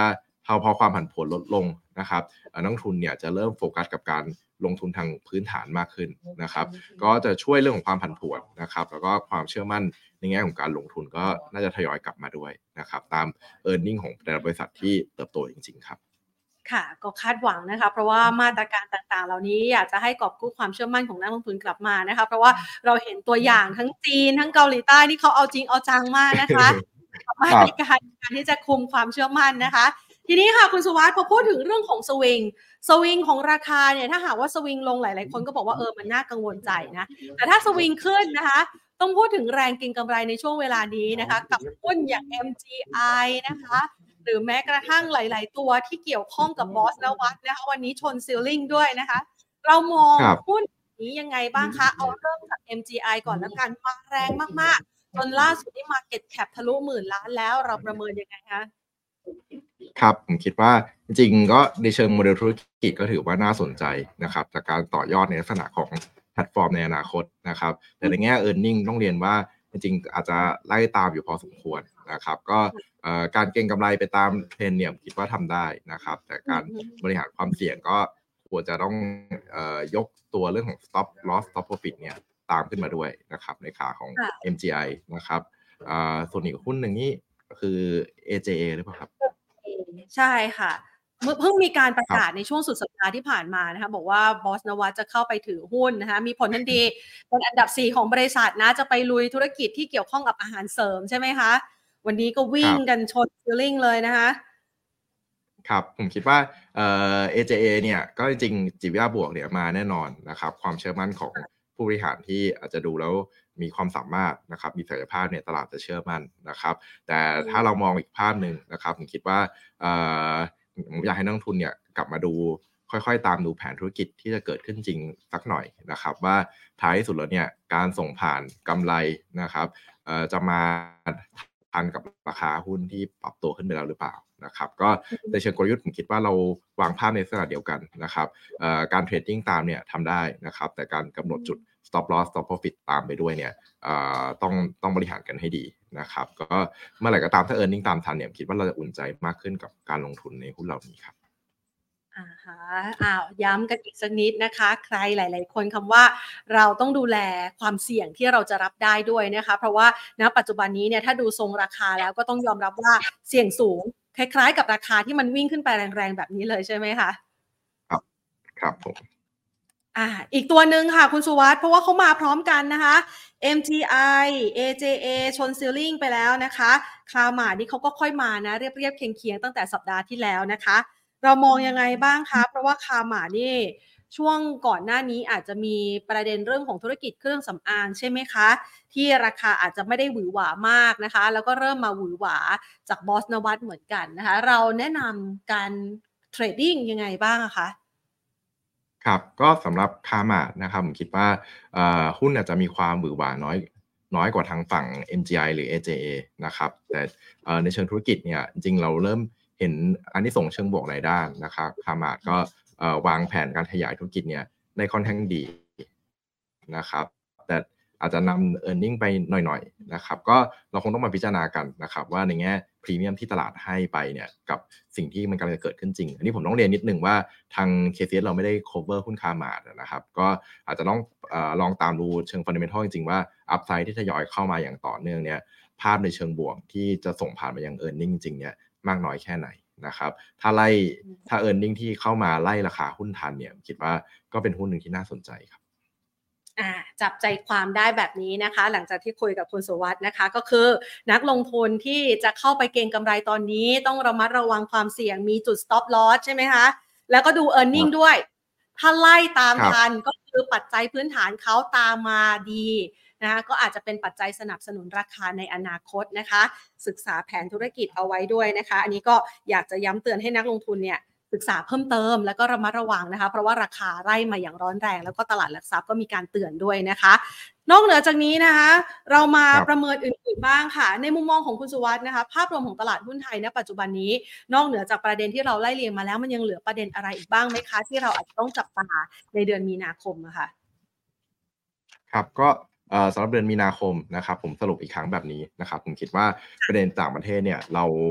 พอพอความผันผวนลดลงนะครับนักลงทุนเนี่ยจะเริ่มโฟกัสกับการลงทุนทางพื้นฐานมากขึ้นนะครับก็จะช่วยเรื่องของความผันผวนนะครับแล้วก็ความเชื่อมั่นในแง่ของการลงทุนก็น่าจะทยอยกลับมาด้วยนะครับตาม earning ของแต่ละบริษัทที่เติบโตจริงๆครับค่ะก็คาดหวังนะคะเพราะว่ามาตรการต่างๆเหล่านี้อยากจะให้กอบกู้ความเชื่อมั่นของนักลงทุนกลับมานะคะเพราะว่าเราเห็นตัวอย่างทั้งจีนทั้งเกาหลีใต้ที่เขาเอาจริงเอาจังมากนะคะกับมาตรการการที่จะคุมความเชื่อมั่นนะคะทีนี้ค่ะคุณสุวัสดิ์พอพูดถึงเรื่องของสวิงสวิงของราคาเนี่ยถ้าหากว่าสวิงลงหลายๆคนก็บอกว่าเออมันน่ากังวลใจนะแต่ถ้าสวิงขึ้นนะคะต้องพูดถึงแรงเก็งกำไรในช่วงเวลานี้นะคะกับหุ้นอย่าง เอ็ม จี ไอ นะคะหรือแม้กระทั่งหลายๆตัวที่เกี่ยวข้องกับบอสนวัตนะคะวันนี้ชนซีลลิงด้วยนะคะเรามองหุ้นนี้ยังไงบ้างคะเอาเริ่มจาก เอ็ม จี ไอ ก่อนแล้วกันมาแรงมากๆจนล่าสุดที่ Market Cap ทะลุหมื่นล้านแล้วเราประเมินยังไงคะครับผมคิดว่าจริงๆก็ในเชิงโมเดลธุรกิจก็ถือว่าน่าสนใจนะครับจากการต่อยอดในลักษณะของแพลตฟอร์มในอนาคตนะครับแต่ในแง่ earning ต้องเรียนว่าจริงๆอาจจะไล่ตามอยู่พอสมควรนะครับก็การเก็งกำไรไปตามเทรนด์เนี่ยคิดว่าทำได้นะครับแต่การบริหารความเสี่ยงก็ควรจะต้องยกตัวเรื่องของ stop loss stop profit เนี่ยตามขึ้นมาด้วยนะครับในขาของ เอ็ม จี ไอ นะครับส่วนอีกหุ้นหนึ่งนี่คือ เอ เจ เอ หรือเปล่าครับใช่ค่ะเพิ่งมีการประกาศในช่วงสุดสัปดาห์ที่ผ่านมานะคะบอกว่าบอสนวัตจะเข้าไปถือหุ้นนะคะมีผลทันทีเป็นอันดับสี่ของบริษัทนะจะไปลุยธุรกิจที่เกี่ยวข้องกับอาหารเสริมใช่ไหมคะวันนี้ก็วิ่งกันชนซีลลิงเลยนะคะครับผมคิดว่าเอ่อ เอ เจ เอ เนี่ยก็จริงๆจิตวิทยาบวกเนี่ยมาแน่นอนนะครับความเชื่อมั่นของผู้บริหารที่อาจจะดูแล้วมีความสามารถนะครับมีศักยภาพเนี่ยตลาดจะเชื่อมั่นนะครับแต่ถ้าเรามองอีกภาพหนึ่งนะครับผมคิดว่าเอ่อผมอยากให้นักลงทุนเนี่ยกลับมาดูค่อยๆตามดูแผนธุรกิจที่จะเกิดขึ้นจริงสักหน่อยนะครับว่าท้ายที่สุดแล้วเนี่ยการส่งผ่านกำไรนะครับเอ่อจะมาทันกับราคาหุ้นที่ปรับตัวขึ้นไปแล้วหรือเปล่านะครับก็ในเชิงกลยุทธ์ผมคิดว่าเราวางภาพในลักษณะเดียวกันนะครับการเทรดดิ้งตามเนี่ยทำได้นะครับแต่การกำหนดจุด stop loss stop profit ตามไปด้วยเนี่ยต้องต้องบริหารกันให้ดีนะครับก็เมื่อไหร่ก็ตามถ้า earning ตามทันเนี่ยคิดว่าเราจะอุ่นใจมากขึ้นกับการลงทุนในหุ้นเหล่านี้ครับอ่าฮะอ้าวย้ำกันอีกสักนิดนะคะใครหลายๆคนคำว่าเราต้องดูแลความเสี่ยงที่เราจะรับได้ด้วยนะคะเพราะว่าณปัจจุบันนี้เนี่ยถ้าดูทรงราคาแล้วก็ต้องยอมรับว่าเสี่ยงสูงคล้ายๆกับราคาที่มันวิ่งขึ้นไปแรงๆแบบนี้เลยใช่ไหมคะครับครับผมอ่าอีกตัวหนึ่งค่ะคุณสุวัสด์เพราะว่าเขามาพร้อมกันนะคะ เอ็ม จี ไอ เอ เจ เอ ชนซีลลิงไปแล้วนะคะคาหมานี่เขาก็ค่อยมานะเรียบๆเคียงๆตั้งแต่สัปดาห์ที่แล้วนะคะเรามองยังไงบ้างคะเพราะว่าคาหมานี่ช่วงก่อนหน้านี้อาจจะมีประเด็นเรื่องของธุรกิจเครื่องสำอางใช่ไหมคะที่ราคาอาจจะไม่ได้หวือหวามากนะคะแล้วก็เริ่มมาหวือหวาจากบอสนวัตเหมือนกันนะคะเราแนะนำการเทรดดิ้งยังไงบ้างอะคะครับก็สำหรับคามาดนะครับผมคิดว่าหุ้นอาจจะมีความหวือหวาน้อยน้อยกว่าทางฝั่ง เอ็ม จี ไอ หรือ เอ เจ เอ นะครับแต่ในเชิงธุรกิจเนี่ยจริงๆเราเริ่มเห็นอันที่ส่งเชิงบวกในด้านนะครับคามาดก็วางแผนการขยายธุรกิจเนี่ยได้ค่อนข้างดีนะครับแต่อาจจะนำ earning ไปหน่อยๆนะครับก็เราคงต้องมาพิจารณากันนะครับว่าในแง่พรีเมียมที่ตลาดให้ไปเนี่ยกับสิ่งที่มันกำลังจะเกิดขึ้นจริงอันนี้ผมต้องเรียนนิดนึงว่าทาง เค ซี เอส เราไม่ได้ cover หุ้นคามาดนะครับก็อาจจะต้องเอ่อลองตามดูเชิง fundamental จริงๆว่า upside ที่ทยอยเข้ามาอย่างต่อเนื่องเนี่ยภาพในเชิงบวกที่จะส่งผ่านมายัง earning จริงเนี่ยมากน้อยแค่ไหนนะครับถ้าไล่ถ้า earning ที่เข้ามาไล่ราคาหุ้นทันเนี่ยคิดว่าก็เป็นหุ้นหนึ่งที่น่าสนใจครับอ่าจับใจความได้แบบนี้นะคะหลังจากที่คุยกับคุณสุวัสด์นะคะก็คือนักลงทุนที่จะเข้าไปเก็งกำไรตอนนี้ต้องระมัดระวังความเสี่ยงมีจุด stop loss ใช่ไหมคะแล้วก็ดู earning ด้วยถ้าไล่ตามทันก็คือปัจจัยพื้นฐานเขาตามมาดีนะคะก็อาจจะเป็นปัจจัยสนับสนุนราคาในอนาคตนะคะศึกษาแผนธุรกิจเอาไว้ด้วยนะคะอันนี้ก็อยากจะย้ำเตือนให้นักลงทุนเนี่ยศึกษาเพิ่มเติมแล้วก็ระมัดระวังนะคะเพราะว่าราคาไล่มาอย่างร้อนแรงแล้วก็ตลาดหลักทรัพย์ก็มีการเตือนด้วยนะคะนอกเหนือจากนี้นะคะเรามาประเมินอื่นๆบ้างค่ะในมุมมองของคุณสุวัสด์นะคะภาพรวมของตลาดหุ้นไทยณปัจจุบันนี้นอกเหนือจากประเด็นที่เราไล่เรียงมาแล้วมันยังเหลือประเด็นอะไรอีกบ้างไหมคะที่เราอาจจะต้องจับตาในเดือนมีนาคมอะค่ะครับก็สำหรับเดือนมีนาคมนะครับผมสรุปอีกครั้งแบบนี้นะครับผมคิดว่าประเด็นต่างประเทศเนี่ยเรา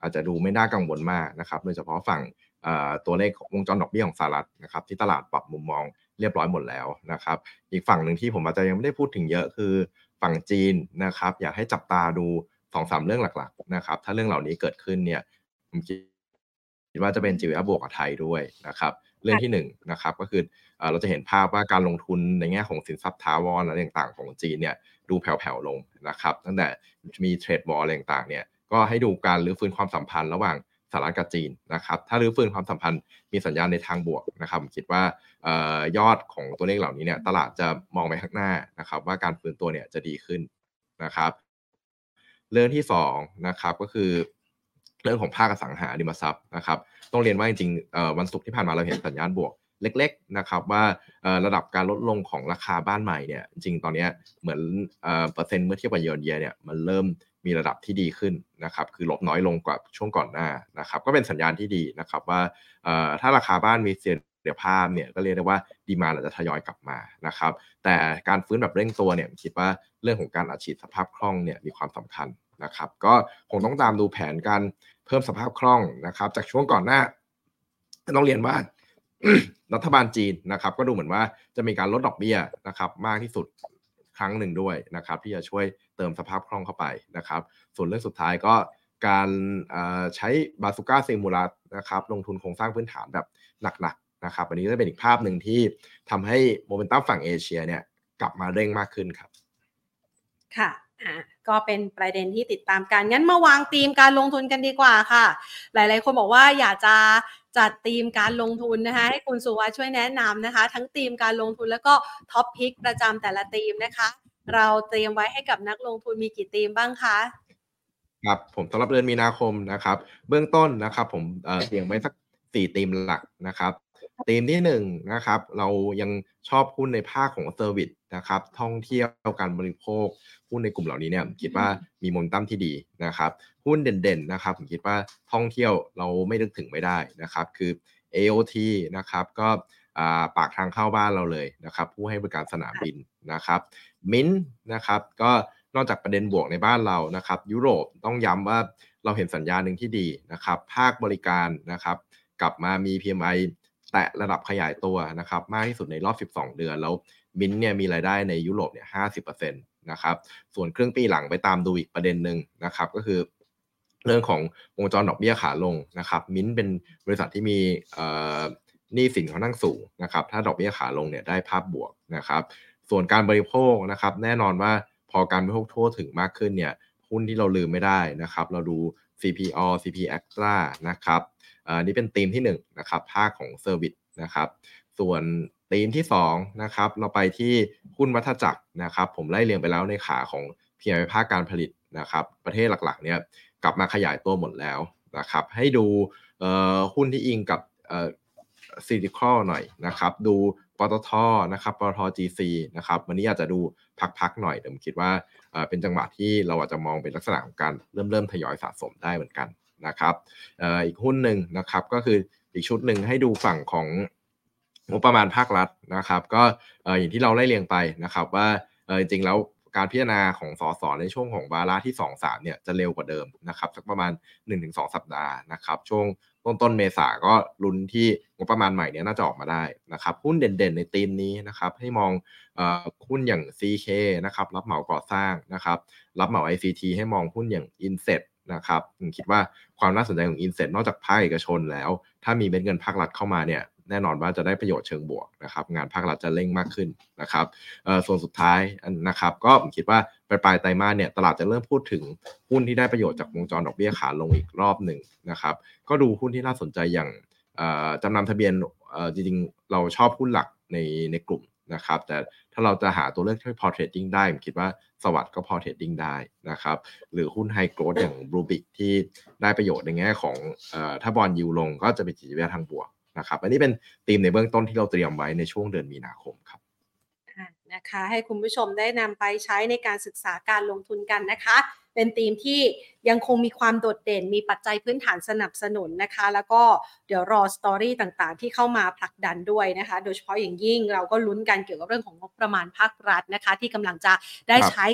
อาจจะดูไม่น่ากังวลมากนะครับโดยเฉพาะฝั่งตัวเลขของวงจรดอกเบี้ยของสหรัฐนะครับที่ตลาดปรับมุมมองเรียบร้อยหมดแล้วนะครับอีกฝั่งหนึ่งที่ผมอาจจะยังไม่ได้พูดถึงเยอะคือฝั่งจีนนะครับอยากให้จับตาดู สองสาม เรื่องหลักๆนะครับถ้าเรื่องเหล่านี้เกิดขึ้นเนี่ยผมคิดว่าจะเป็นจิวบวกกับไทยด้วยนะครับเรื่องที่หนึ่งนะครับก็คือเราจะเห็นภาพว่าการลงทุนในแง่ของสินทรัพย์ถาวรอะไรต่างๆของจีนเนี่ยดูแผ่วๆลงนะครับตั้งแต่มีเทรดวอร์อะไรต่างๆเนี่ยก็ให้ดูการรื้อฟื้นความสัมพันธ์ระหว่างสหรัฐกับจีนนะครับถ้ารื้อฟื้นความสัมพันธ์มีสัญญาณในทางบวกนะครับผมคิดว่ายอดของตัวเลขเหล่านี้เนี่ยตลาดจะมองไปข้างหน้านะครับว่าการฟื้นตัวเนี่ยจะดีขึ้นนะครับเรื่องที่สองนะครับก็คือเรื่องของภาคอสังหาริมทรัพย์นะครับต้องเรียนว่าจริงๆวันศุกร์ที่ผ่านมาเราเห็นสัญญาณบวกเล็กๆนะครับว่าระดับการลดลงของราคาบ้านใหม่เนี่ยจริงๆตอนนี้เหมือนเปอร์เซ็นต์เมื่อเทียบกับเยอรเยียเนี่ยมันเริ่มมีระดับที่ดีขึ้นนะครับคือลบน้อยลงกว่าช่วงก่อนหน้านะครับก็เป็นสัญญาณที่ดีนะครับว่าถ้าราคาบ้านมีเสถียรภาพเนี่ยก็เรียกได้ว่าดีมานด์อาจจะทยอยกลับมานะครับแต่การฟื้นแบบเร่งตัวเนี่ยคิดว่าเรื่องของการอัดฉีดสภาพคล่องเนี่ยมีความสำคัญนะครับก็คงต้องตามดูแผนการเพิ่มสภาพคล่องนะครับจากช่วงก่อนหน้าต้องเรียนว่า รัฐบาลจีนนะครับก็ดูเหมือนว่าจะมีการลดดอกเบี้ยนะครับมากที่สุดครั้งหนึ่งด้วยนะครับที่จะช่วยเติมสภาพคล่องเข้าไปนะครับส่วนเรื่องสุดท้ายก็การใช้บาซูก้าซิมูลัสนะครับลงทุนโครงสร้างพื้นฐานแบบหนักๆนะครับอันนี้ก็จะเป็นอีกภาพหนึ่งที่ทำให้โมเมนตัมฝั่งเอเชียเนี่ยกลับมาเร่งมากขึ้นครับค่ะอ่าก็เป็นประเด็นที่ติดตามกันงั้นมาวางธีมการลงทุนกันดีกว่าค่ะหลายๆคนบอกว่าอยากจะจัดธีมการลงทุนนะคะให้คุณสุวัสดิ์ช่วยแนะนำนะคะทั้งธีมการลงทุนแล้วก็ท็อปพิกประจำแต่ละธีมนะคะเราเตรียมไว้ให้กับนักลงทุนมีกี่ธีมบ้างคะครับผมสำหรับเดือนมีนาคมนะครับเบื้องต้นนะครับผมเอ่อเตรียมไว้สักสี่ธีมหลักนะครับธีมที่หนึ่งนะครับเรายังชอบหุ้นในภาคของเซอร์วิสนะครับท่องเที่ยวการบริโภคหุ้นในกลุ่มเหล่านี้เนี่ยผมคิดว่ามีโมเมนตัมที่ดีนะครับหุ้นเด่นๆนะครับผมคิดว่าท่องเที่ยวเราไม่นึกถึงไม่ได้นะครับคือ เอ โอ ที นะครับก็ปากทางเข้าบ้านเราเลยนะครับผู้ให้บริการสนามบินนะครับมิ้นนะครับก็นอกจากประเด็นบวกในบ้านเรานะครับยุโรปต้องย้ำว่าเราเห็นสัญญาณหนึ่งที่ดีนะครับภาคบริการนะครับกลับมามี พี เอ็ม ไอ แตะระดับขยายตัวนะครับมากที่สุดในรอบสิบสองเดือนแล้วมิ้นเนี่ยมีรายได้ในยุโรปเนี่ย ห้าสิบเปอร์เซ็นต์ นะครับส่วนครึ่งปีหลังไปตามดูอีกประเด็นหนึ่งนะครับก็คือเรื่องของวงจรดอกเบี้ยขาลงนะครับมิ้นเป็นบริษัทที่มีหนี้สินค่อนข้างสูงนะครับถ้าดอกเบี้ยขาลงเนี่ยได้ภาพบวกนะครับส่วนการบริโภคนะครับแน่นอนว่าพอการบริโภคทั่วถึงมากขึ้นเนี่ยหุ้นที่เราลืมไม่ได้นะครับเราดู ซี พี โอ ซี พี Extra นะครับอันนี้เป็นธีมที่หนึ่งนะครับภาคของเซอร์วิสนะครับส่วนธีมที่สองนะครับเราไปที่หุ้นวัฏจักรนะครับผมไล่เรียงไปแล้วในขาของ พี เอ็ม ไอ ภาคการผลิตนะครับประเทศหลักๆเนี่ยกลับมาขยายตัวหมดแล้วนะครับให้ดูหุ้นที่อิงกับซิลิคอลหน่อยนะครับดูปตทนะครับปตท จี ซี นะครับวันนี้อาจจะดูพักๆหน่อยแต่ผมคิดว่าเป็นจังหวะที่เราอาจจะมองเป็นลักษณะของการเริ่มเริ่มทยอยสะสมได้เหมือนกันนะครับอีกหุ้นหนึ่งนะครับก็คืออีกชุดหนึ่งให้ดูฝั่งของงบประมาณภาครัฐนะครับก็อย่างที่เราไล่เรียงไปนะครับว่าจริงๆแล้วการพิจารณาของสสในช่วงของวาระที่ สองถึงสาม เนี่ยจะเร็วกว่าเดิมนะครับสักประมาณ หนึ่งถึงสอง สัปดาห์นะครับช่วงต้นต้นเมษาก็ลุ้นที่งบประมาณใหม่เนี่ยน่าจะออกมาได้นะครับหุ้นเด่นๆในธีมนี้นะครับให้มองเอ่อหุ้นอย่าง ซี เค นะครับรับเหมาก่อสร้างนะครับรับเหมา ไอ ซี ที ให้มองหุ้นอย่าง Inset นะครับผมคิดว่าความน่าสนใจของ Inset นอกจากภาคเอกชนแล้วถ้ามีเม็ดเงินภาครัฐเข้ามาเนี่ยแน่นอนว่าจะได้ประโยชน์เชิงบวกนะครับงานภาครัฐจะเร่งมากขึ้นนะครับเอ่อส่วนสุดท้ายนะครับก็ผมคิดว่าปลายไตรมาสเนี่ยตลาดจะเริ่มพูดถึงหุ้นที่ได้ประโยชน์จากวงจรดอกเบี้ยขาลงอีกรอบหนึ่งนะครับก็ดูหุ้นที่น่าสนใจอย่างจำนำทะเบียนจริงๆเราชอบหุ้นหลักในในกลุ่มนะครับแต่ถ้าเราจะหาตัวเลือกที่พอเทรดดิ้งได้ผมคิดว่าสวัสด์ก็พอเทรดดิ้งได้นะครับหรือหุ้นไฮโกรทอย่างบลูบิกที่ได้ประโยชน์ในแง่ของถ้าบอลยิวลงก็จะเป็นจิตวิทยาทางบวกนะครับอันนี้เป็นธีมในเบื้องต้นที่เราเตรียมไว้ในช่วงเดือนมีนาคมครับนะคะให้คุณผู้ชมได้นำไปใช้ในการศึกษาการลงทุนกันนะคะเป็นธีมที่ยังคงมีความโดดเด่นมีปัจจัยพื้นฐานสนับสนุนนะคะแล้วก็เดี๋ยวรอสตอรี่ต่างๆที่เข้ามาผลักดันด้วยนะคะโดยเฉพาะอย่างยิ่งเราก็ลุ้นกันเกี่ยวกับเรื่องของงบประมาณภาครัฐนะคะที่กำลังจะได้ใช้กัน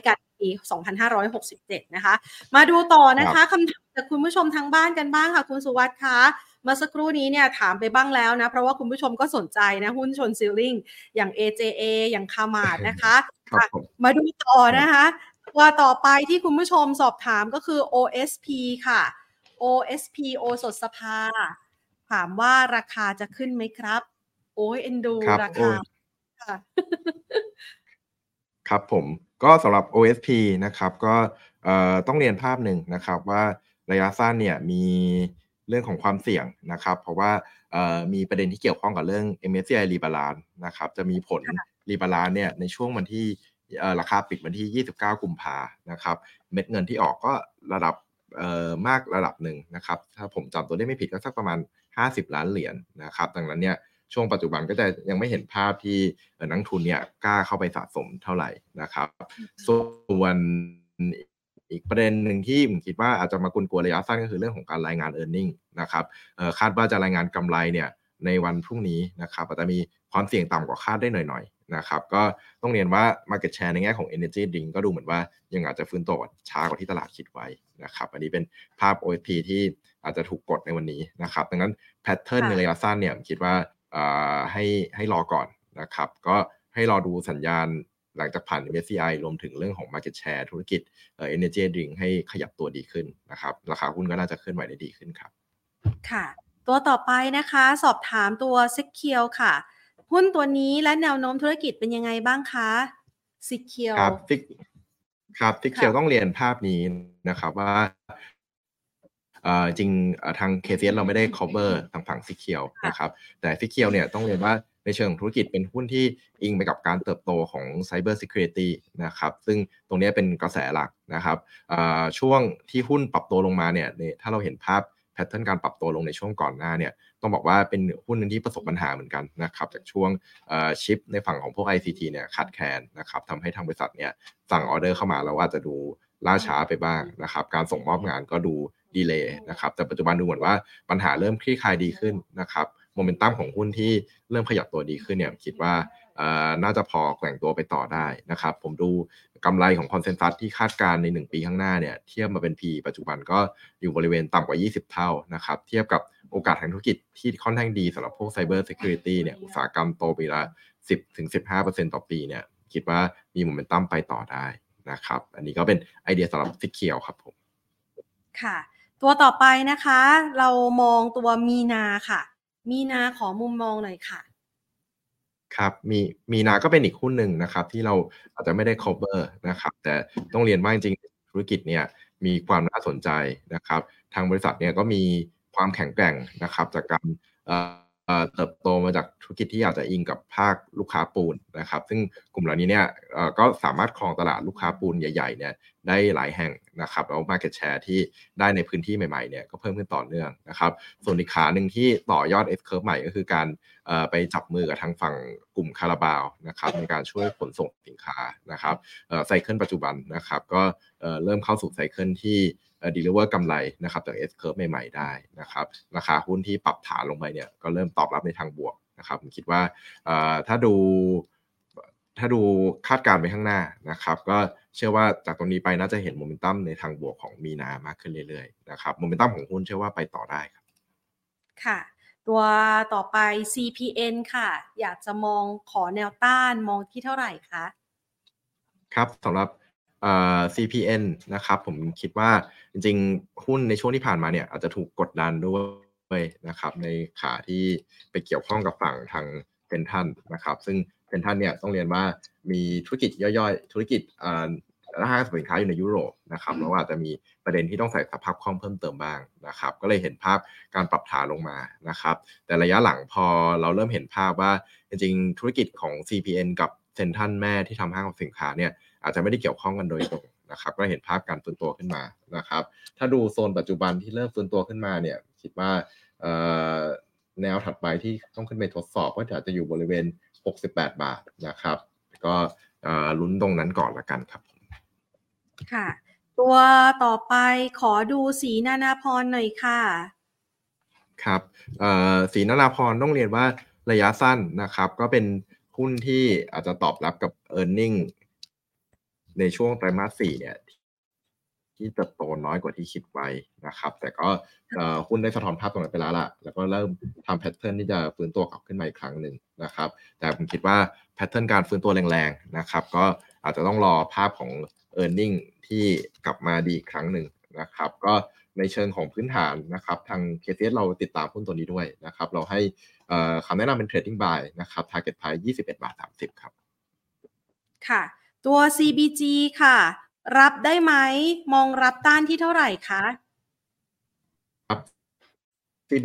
ปีสองพันห้าร้อยหกสิบเจ็ดนะคะมาดูต่อนะครัคะบคำถามจากคุณผู้ชมทางบ้านกันบ้างค่ะคุณสุวัสดิ์คะเมื่อสักครู่นี้เนี่ยถามไปบ้างแล้วนะเพราะว่าคุณผู้ชมก็สนใจนะหุ้นชนซีลลิงอย่าง เอ เจ เอ อย่าง Kmart นะคะครับอ่ะผมมาดูต่อครับนะคะตัวต่อไปที่คุณผู้ชมสอบถามก็คือ โอ เอส พี ค่ะ โอ เอส พี โอสถสภาถามว่าราคาจะขึ้นไหมครับ โอ๊ยเอ็นดูครับราโอคาค่ะครับผมก็สำหรับ โอ เอส พี นะครับก็เอ่อต้องเรียนภาพหนึ่งนะครับว่าระยะสั้นเนี่ยมีเรื่องของความเสี่ยงนะครับเพราะว่าเอ่อมีประเด็นที่เกี่ยวข้องกับเรื่อง เอ็ม เอส ซี ไอ Rebalance นะครับจะมีผลค่ะ Rebalance เนี่ยในช่วงวันที่เอ่อราคาปิดวันที่ยี่สิบเก้ากุมภานะครับเม็ดเงินที่ออกก็ระดับเอ่อมากระดับหนึ่งนะครับถ้าผมจำตัวเลขไม่ผิดก็สักประมาณห้าสิบล้านเหรียญนะครับดังนั้นเนี่ยช่วงปัจจุบันก็จะยังไม่เห็นภาพที่เอ่อนักลงทุนเนี่ยกล้าเข้าไปสะสมเท่าไรนะครับส่วนอีกประเด็นหนึ่งที่ผมคิดว่าอาจจะมากวนๆระยะสั้นก็คือเรื่องของการรายงาน Earnings นะครับเอ่อคาดว่าจะรายงานกำไรเนี่ยในวันพรุ่งนี้นะครับอาจจะมีความเสี่ยงต่ำกว่าคาดได้หน่อยๆนะครับก็ต้องเรียนว่า Market Share ในแง่ของ Energy Drink ก็ดูเหมือนว่ายังอาจจะฟื้นตัวช้ากว่าที่ตลาดคิดไว้นะครับอันนี้เป็นภาพ โอ เอส พี ที่อาจจะถูกกดในวันนี้นะครับดังนั้นแพตเทิร์นในระยะสั้นเนี่ยผมคิดว่าอ่าให้ให้รอก่อนนะครับก็ให้รอดูสัญญาณหลังจากผ่าน เอ็ม เอส ซี ไอ รวมถึงเรื่องของ Market Share ธุรกิจเอ่อ Energy Drink ให้ขยับตัวดีขึ้นนะครับราคาหุ้นก็น่าจะเคลื่อนไหวได้ดีขึ้นครับค่ะตัวต่อไปนะคะสอบถามตัว Secure ค่ะหุ้นตัวนี้และแนวโน้มธุรกิจเป็นยังไงบ้างคะ Secure ครับซิกครับซิกเคียวต้องเรียนภาพนี้นะครับว่าเอ่อจริงเอ่อทาง เค ซี เอส เราไม่ได้ cover ทางฝั่ง Seakiel ค่ะนะครับแต่ Seakiel เนี่ยต้องเรียนว่าในเชิงของธุรกิจเป็นหุ้นที่อิงไปกับการเติบโตของ Cyber Security นะครับซึ่งตรงนี้เป็นกระแสหลักนะครับอ่าช่วงที่หุ้นปรับตัวลงมาเนี่ยในถ้าเราเห็นภาพแพทเทิร์นการปรับตัวลงในช่วงก่อนหน้าเนี่ยต้องบอกว่าเป็นหุ้นหนึ่งที่ประสบปัญหาเหมือนกันนะครับจากช่วงเอ่อชิปในฝั่งของพวก ไอ ซี ที เนี่ยขาดแคลนนะครับทำให้ทางบริษัทเนี่ยสั่งออร์เดอร์เข้ามาแล้วอาจจะดูล่าช้าไปบ้างนะครับการส่งมอบงานก็ดูดีเลย์นะครับแต่ปัจจุบันดูเหมือนว่าปัญหาเริ่มคลี่คลายดีขึ้นนะครับโมเมนตัมของหุ้นที่เริ่มขยับตัวดีขึ้นเนี่ยคิดว่าเอ่อน่าจะพอแกว่งตัวไปต่อได้นะครับผมดูกำไรของคอนเซนแซสที่คาดการณ์ในหนึ่งปีข้างหน้าเนี่ยเทียบมาเป็น พี ปัจจุบันก็อยู่บริเวณต่ำกว่ายี่สิบเท่านะครับเทียบกับโอกาสทางธุรกิจที่ค่อนข้างดีสำหรับพวก Cyber Security เนี่ยอุตสาหกรรมโตปีละ สิบถึงสิบห้าเปอร์เซ็นต์ ต่อปีเนี่ยคิดว่ามีโมเมนตัมไปต่อได้นะครับอันนี้ก็เป็นไอเดียสำหรับ Seakiel ครับผมค่ะตัวต่อไปนะคะเรามองตัวมีนาค่ะมีนาขอมุมมองหน่อยค่ะครับมีมีนาก็เป็นอีกหุ้นหนึ่งนะครับที่เราอาจจะไม่ได้คัฟเวอร์นะครับแต่ต้องเรียนว่าจริงๆธุรกิจเนี่ยมีความน่าสนใจนะครับทางบริษัทเนี่ยก็มีความแข็งแกร่งนะครับจากการเอ่อเอ่อเติบโตมาจากธุรกิจที่อาจจะอิงกับภาคลูกค้าปูนนะครับซึ่งกลุ่มเหล่านี้เนี่ยเอ่อก็สามารถครองตลาดลูกค้าปูนใหญ่ๆเนี่ยได้หลายแห่งนะครับแล้ว Market Share ที่ได้ในพื้นที่ใหม่ๆเนี่ยก็เพิ่มขึ้นต่อเนื่องนะครับส่วนอีกขาหนึ่งที่ต่อยอด S curve ใหม่ก็คือการ เอ่อไปจับมือกับทางฝั่งกลุ่มคาราบาวนะครับในการช่วยขนส่งสินค้านะครับเอ่อไซเคิลปัจจุบันนะครับก็เอ่อเริ่มเข้าสู่ไซเคิลที่เอ่อ deliver กำไรนะครับจาก S curve ใหม่ๆได้นะครับราคาหุ้นที่ปรับฐานลงไปเนี่ยก็เริ่มตอบรับในทางบวกนะครับผมคิดว่าเอ่อถ้าดูถ้าดูคาดการณ์ไปข้างหน้านะครับก็เชื่อว่าจากตรงนี้ไปน่าจะเห็นโมเมนตัมในทางบวกของมีนามากขึ้นเรื่อยๆนะครับโมเมนตัมของหุ้นเชื่อว่าไปต่อได้ครับค่ะตัวต่อไป ซี พี เอ็น ค่ะอยากจะมองขอแนวต้านมองที่เท่าไหร่คะครับสำหรับเอ่อ ซี พี เอ็น นะครับผมคิดว่าจริงๆหุ้นในช่วงที่ผ่านมาเนี่ยอาจจะถูกกดดันด้วยนะครับในขาที่ไปเกี่ยวข้องกับฝั่งทางเซ็นทรัลนะครับซึ่งเซ็นทรัลเนี่ยต้องเรียนว่ามีธุรกิจย่อยๆธุรกิจเอ่อห้างสรรพสินค้าอยู่ในยุโรปนะครับแล้วอาจจะมีประเด็นที่ต้องใส่สภาพคล่องเพิ่มเติมบ้างนะครับก็เลยเห็นภาพการปรับฐานลงมานะครับแต่ระยะหลังพอเราเริ่มเห็นภาพว่าจริงๆธุรกิจของ ซี พี เอ็น กับเซ็นทรัลแม่ที่ทำห้างสรรพสินค้าเนี่ยอาจจะไม่ได้เกี่ยวข้องกันโดยตรงนะครับก็เห็นภาพการฟื้นตัวขึ้นมานะครับถ้าดูโซนปัจจุบันที่เริ่มฟื้นตัวขึ้นมาเนี่ยคิดว่าเอ่อแนวถัดไปที่ต้องขึ้นไปทดสอบก็อาจจะอยู่บริเวณหกสิบแปดบาทนะครับก็เอ่อลุ้นตรงนั้นก่อนละกันครับค่ะตัวต่อไปขอดูสีนานาพรหน่อยค่ะครับเอ่อศรีนราภรณ์ต้องเรียนว่าระยะสั้นนะครับก็เป็นหุ้นที่อาจจะตอบรับกับ e a r n i n g ในช่วงไตรมาสสี่เนี่ยที่เติบโตน้อยกว่าที่คิดไว้นะครับแต่ก็หุ้นได้สะท้อนภาพตรงนั้นไปแล้วล่ะแล้วก็เริ่มทำแพทเทิร์นที่จะฟื้นตัวกลับขึ้นมาอีกครั้งหนึ่งนะครับแต่ผมคิดว่าแพทเทิร์นการฟื้นตัวแรงๆนะครับก็อาจจะต้องรอภาพของ earning ที่กลับมาดีอีกครั้งหนึ่งนะครับก็ในเชิงของพื้นฐานนะครับทาง เค ซี เอส เราติดตามหุ้นตัวนี้ด้วยนะครับเราให้คำแนะนำเป็น trading buy นะครับ target price ยี่สิบเอ็ดบาทสามสิบครับค่ะตัว ซี บี จี ค่ะรับได้ไหมมองรับต้านที่เท่าไหร่คะครับ ซี บี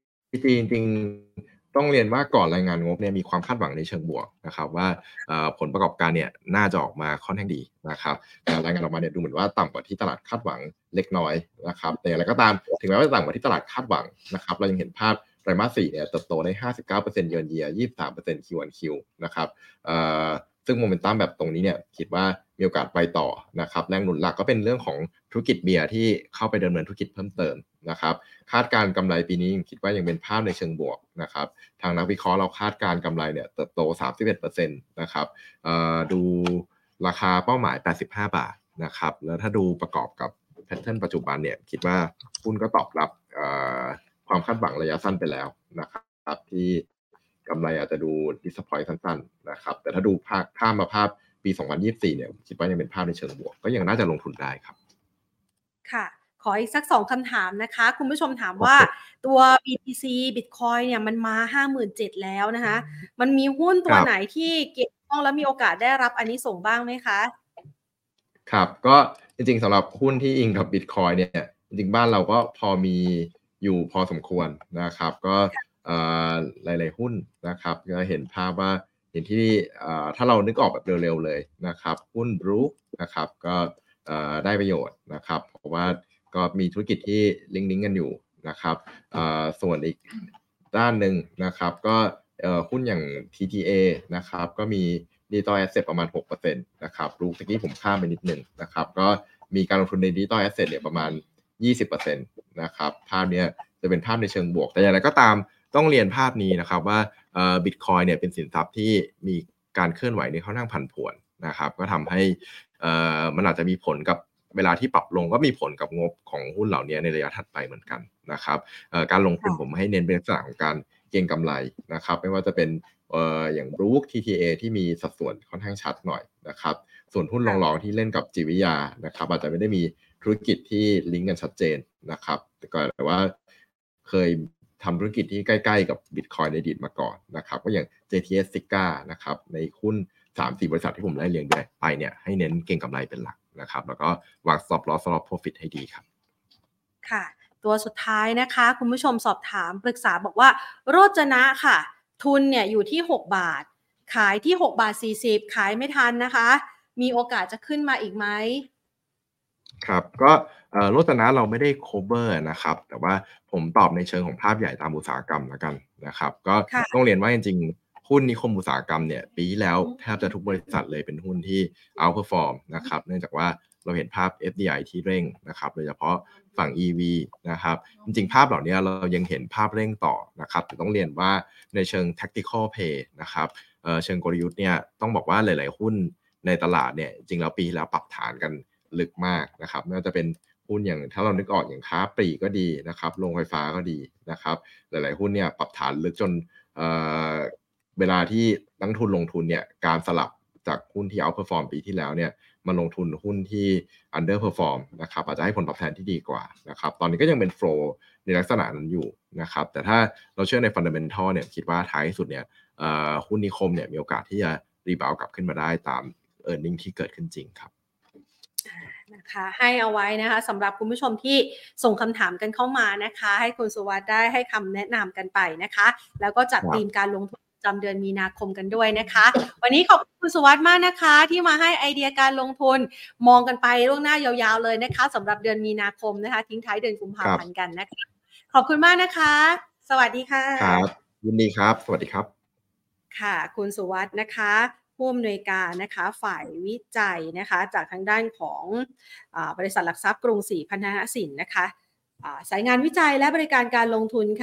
จี จริงๆต้องเรียนว่าก่อนรายงานงบเนี่ยมีความคาดหวังในเชิงบวกนะครับว่าผลประกอบการเนี่ยน่าจะออกมาค่อนข้างดีนะครับแต่รายงานออกมาเนี่ยดูเหมือนว่าต่ำกว่าที่ตลาดคาดหวังเล็กน้อยนะครับแต่อะไรก็ตามถึงแม้ว่าจะต่ำกว่าที่ตลาดคาดหวังนะครับเรายังเห็นภาพไตรมาสสี่เนี่ยเติบโตได้ ห้าสิบเก้าเปอร์เซ็นต์ year on year ยี่สิบสามเปอร์เซ็นต์ Q on Q นะครับซึ่งโมเมนตัมแบบตรงนี้เนี่ยคิดว่ามีโอกาสไปต่อนะครับแรงหนุนหลักก็เป็นเรื่องของธุรกิจเบียร์ที่เข้าไปดำเนินธุรกิจเพิ่มเติมนะครับคาดการกำไรปีนี้คิดว่ายังเป็นภาพในเชิงบวกนะครับทางนักวิเคราะห์เราคาดการกำไรเนี่ยเติบโต สามสิบเอ็ดเปอร์เซ็นต์ นะครับดูราคาเป้าหมายแปดสิบห้าบาทนะครับแล้วถ้าดูประกอบกับแพทเทิร์นปัจจุบันเนี่ยคิดว่าหุ้นก็ตอบรับความคาดหวังระยะสั้นไปแล้วนะครับที่กำไรอาจจะดู disappoint สั้นๆนะครับแต่ถ้าดูภาพข้ามมาภาพปีสองพันยี่สิบสี่เนี่ยคิดว่ายังเป็นภาพในเชิงบวกก็ยังน่าจะลงทุนได้ครับค่ะขออีกสักสองคำถามนะคะคุณผู้ชมถามว่าตัว บี ที ซี Bitcoin เนี่ยมันมา ห้าหมื่นเจ็ดพัน แล้วนะคะมันมีหุ้นตัวไหนที่เกี่ยวข้องแล้วมีโอกาสได้รับอานิสงส์บ้างไหมคะครับก็จริงๆสำหรับหุ้นที่อิงกับ Bitcoin เนี่ยจริงๆบ้านเราก็พอมีอยู่พอสมควรนะครับก็หลายๆหุ้นนะครับก็เห็นภาพว่าเห็นที่ถ้าเรานึกออกแบบเร็วๆเลยนะครับหุ้นบรูคนะครับก็ได้ประโยชน์นะครับเพราะว่าก็มีธุรกิจที่ลิงก์ๆกันอยู่นะครับส่วนอีกด้านหนึ่งนะครับก็หุ้นอย่าง ที ที เอ นะครับก็มีDigital Asset ประมาณ หกเปอร์เซ็นต์ นะครับรูปตะกี้ผมข้ามไปนิดนึงนะครับก็มีการลงทุนใน Digital Asset เนี่ยประมาณ ยี่สิบเปอร์เซ็นต์ นะครับภาพเนี้ยจะเป็นภาพในเชิงบวกแต่อย่างไรก็ตามต้องเรียนภาพนี้นะครับว่าเอ่อ Bitcoin เนี่ยเป็นสินทรัพย์ที่มีการเคลื่อนไหวในค่อนข้างผันผวนนะครับก็ทำให้เอ่อมันอาจจะมีผลกับเวลาที่ปรับลงก็มีผลกับงบของหุ้นเหล่านี้ในระยะถัดไปเหมือนกันนะครับเอ่อการลงทุนผมให้เน้นเป็นลักษณะของการเก็งกำไรนะครับไม่ว่าจะเป็นเอ่ออย่าง Brook ที ที เอ ที่มีสัดส่วนค่อนข้างชัดหน่อยนะครับส่วนหุ้นรองๆที่เล่นกับจิตวิทยานะครับอาจจะไม่ได้มีธุรกิจที่ลิงก์กันชัดเจนนะครับแต่ก็แต่ว่าเคยทำธุรกิจที่ใกล้ๆกับ Bitcoin ในอดีตมาก่อนนะครับก็อย่าง เจ ที เอส Sika นะครับในหุ้น สามสี่ บริษัทที่ผมไล่เรียงไปเนี่ยให้เน้นเก็งกำไรเป็นหลักนะครับแล้วก็วาง stop loss stop profit ให้ดีครับค่ะตัวสุดท้ายนะคะคุณผู้ชมสอบถามปรึกษาบอกว่าโรจนะค่ะทุนเนี่ยอยู่ที่หกบาทขายที่หกบาทสี่สิบขายไม่ทันนะคะมีโอกาสจะขึ้นมาอีกไหมครับก็โรจนะเราไม่ได้ cover นะครับแต่ว่าผมตอบในเชิงของภาพใหญ่ตามอุตสาหกรรมแล้วกันนะครับก็ต้องเรียนว่าจริงๆหุ้นนิคมอุตสาหกรรมเนี่ยปีที่แล้วแทบจะทุกบริษัทเลยเป็นหุ้นที่ outperform นะครับเนื่องจากว่าเราเห็นภาพ เอฟ ดี ไอ ที่เร่งนะครับโดยเฉพาะฝั่ง อี วี นะครับจริงๆภาพเหล่านี้เรายังเห็นภาพเร่งต่อนะครับแต่ต้องเรียนว่าในเชิง tactical play นะครับเชิงกลยุทธ์เนี่ยต้องบอกว่าหลายๆหุ้นในตลาดเนี่ยจริงๆแล้วปีที่แล้วปรับฐานกันลึกมากนะครับไม่ว่าจะเป็นหุ้นอย่างถ้าเรานึกออกอย่างค้าปลีกก็ดีนะครับโรงไฟฟ้าก็ดีนะครับหลายๆหุ้นเนี่ยปรับฐานลึกจนเอ่อเวลาที่นักทุนลงทุนเนี่ยการสลับจากหุ้นที่ outperform ปีที่แล้วเนี่ยมาลงทุนหุ้นที่ underperform นะครับอาจจะให้ผลตอบแทนที่ดีกว่านะครับตอนนี้ก็ยังเป็น flow ในลักษณะนั้นอยู่นะครับแต่ถ้าเราเชื่อใน fundamental เนี่ยคิดว่าท้ายสุดเนี่ยหุ้นนิคมเนี่ยมีโอกาสที่จะรีบาวกลับขึ้นมาได้ตาม earning ที่เกิดขึ้นจริงครับนะคะให้เอาไว้นะคะสำหรับคุณผู้ชมที่ส่งคำถามกันเข้ามานะคะให้คุณสุวัสดิ์ได้ให้คำแนะนำกันไปนะคะแล้วก็จัดธีมการลงทุนประจำเดือนมีนาคมกันด้วยนะคะวันนี้ขอบคุณสุวัสดิ์มากนะคะที่มาให้ไอเดียการลงทุนมองกันไปล่วงหน้ายาวๆเลยนะคะสำหรับเดือนมีนาคมนะคะทิ้งท้ายเดือนกุมภาพันธ์กันนะคะขอบคุณมากนะคะสวัสดีค่ะครับยินดีครับสวัสดีครับค่ะคุณสุวัสดิ์นะคะผู้อำนวยการนะคะฝ่ายวิจัยนะคะจากทางด้านของอาบริษัทหลักทรัพย์กรุงศรีพัฒนสินนะคะสายงานวิจัยและบริการการลงทุนค่ะ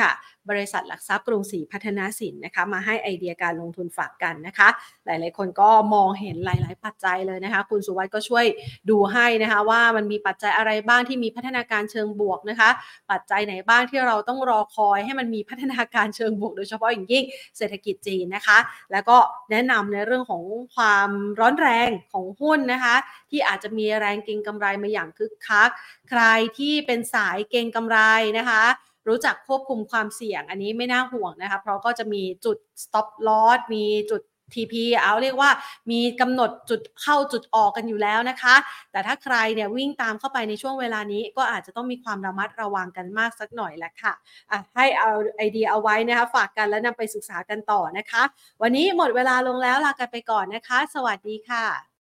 บริษัทหลักทรัพย์กรุงศรีพัฒนาสินนะคะมาให้ไอเดียการลงทุนฝากกันนะคะหลายๆคนก็มองเห็นหลายๆปัจจัยเลยนะคะคุณสุวัสดิ์ก็ช่วยดูให้นะคะว่ามันมีปัจจัยอะไรบ้างที่มีพัฒนาการเชิงบวกนะคะปัจจัยไหนบ้างที่เราต้องรอคอยให้มันมีพัฒนาการเชิงบวกโดยเฉพาะอย่างยิ่งเศรษฐกิจจีนนะคะแล้วก็แนะนำในเรื่องของความร้อนแรงของหุ้นนะคะที่อาจจะมีแรงเก็งกำไรมาอย่างคึกคักใครที่เป็นสายเก็งกำไรนะคะรู้จักควบคุมความเสี่ยงอันนี้ไม่น่าห่วงนะคะเพราะก็จะมีจุด stop loss มีจุด ที พี เอาเรียกว่ามีกำหนดจุดเข้าจุดออกกันอยู่แล้วนะคะแต่ถ้าใครเนี่ยวิ่งตามเข้าไปในช่วงเวลานี้ก็อาจจะต้องมีความระมัดระวังกันมากสักหน่อยแหละค่ะอ่ะให้เอาไอเดียเอาไว้นะคะฝากกันแล้วนำไปศึกษากันต่อนะคะวันนี้หมดเวลาลงแล้วลากันไปก่อนนะคะสวัสดีค่ะ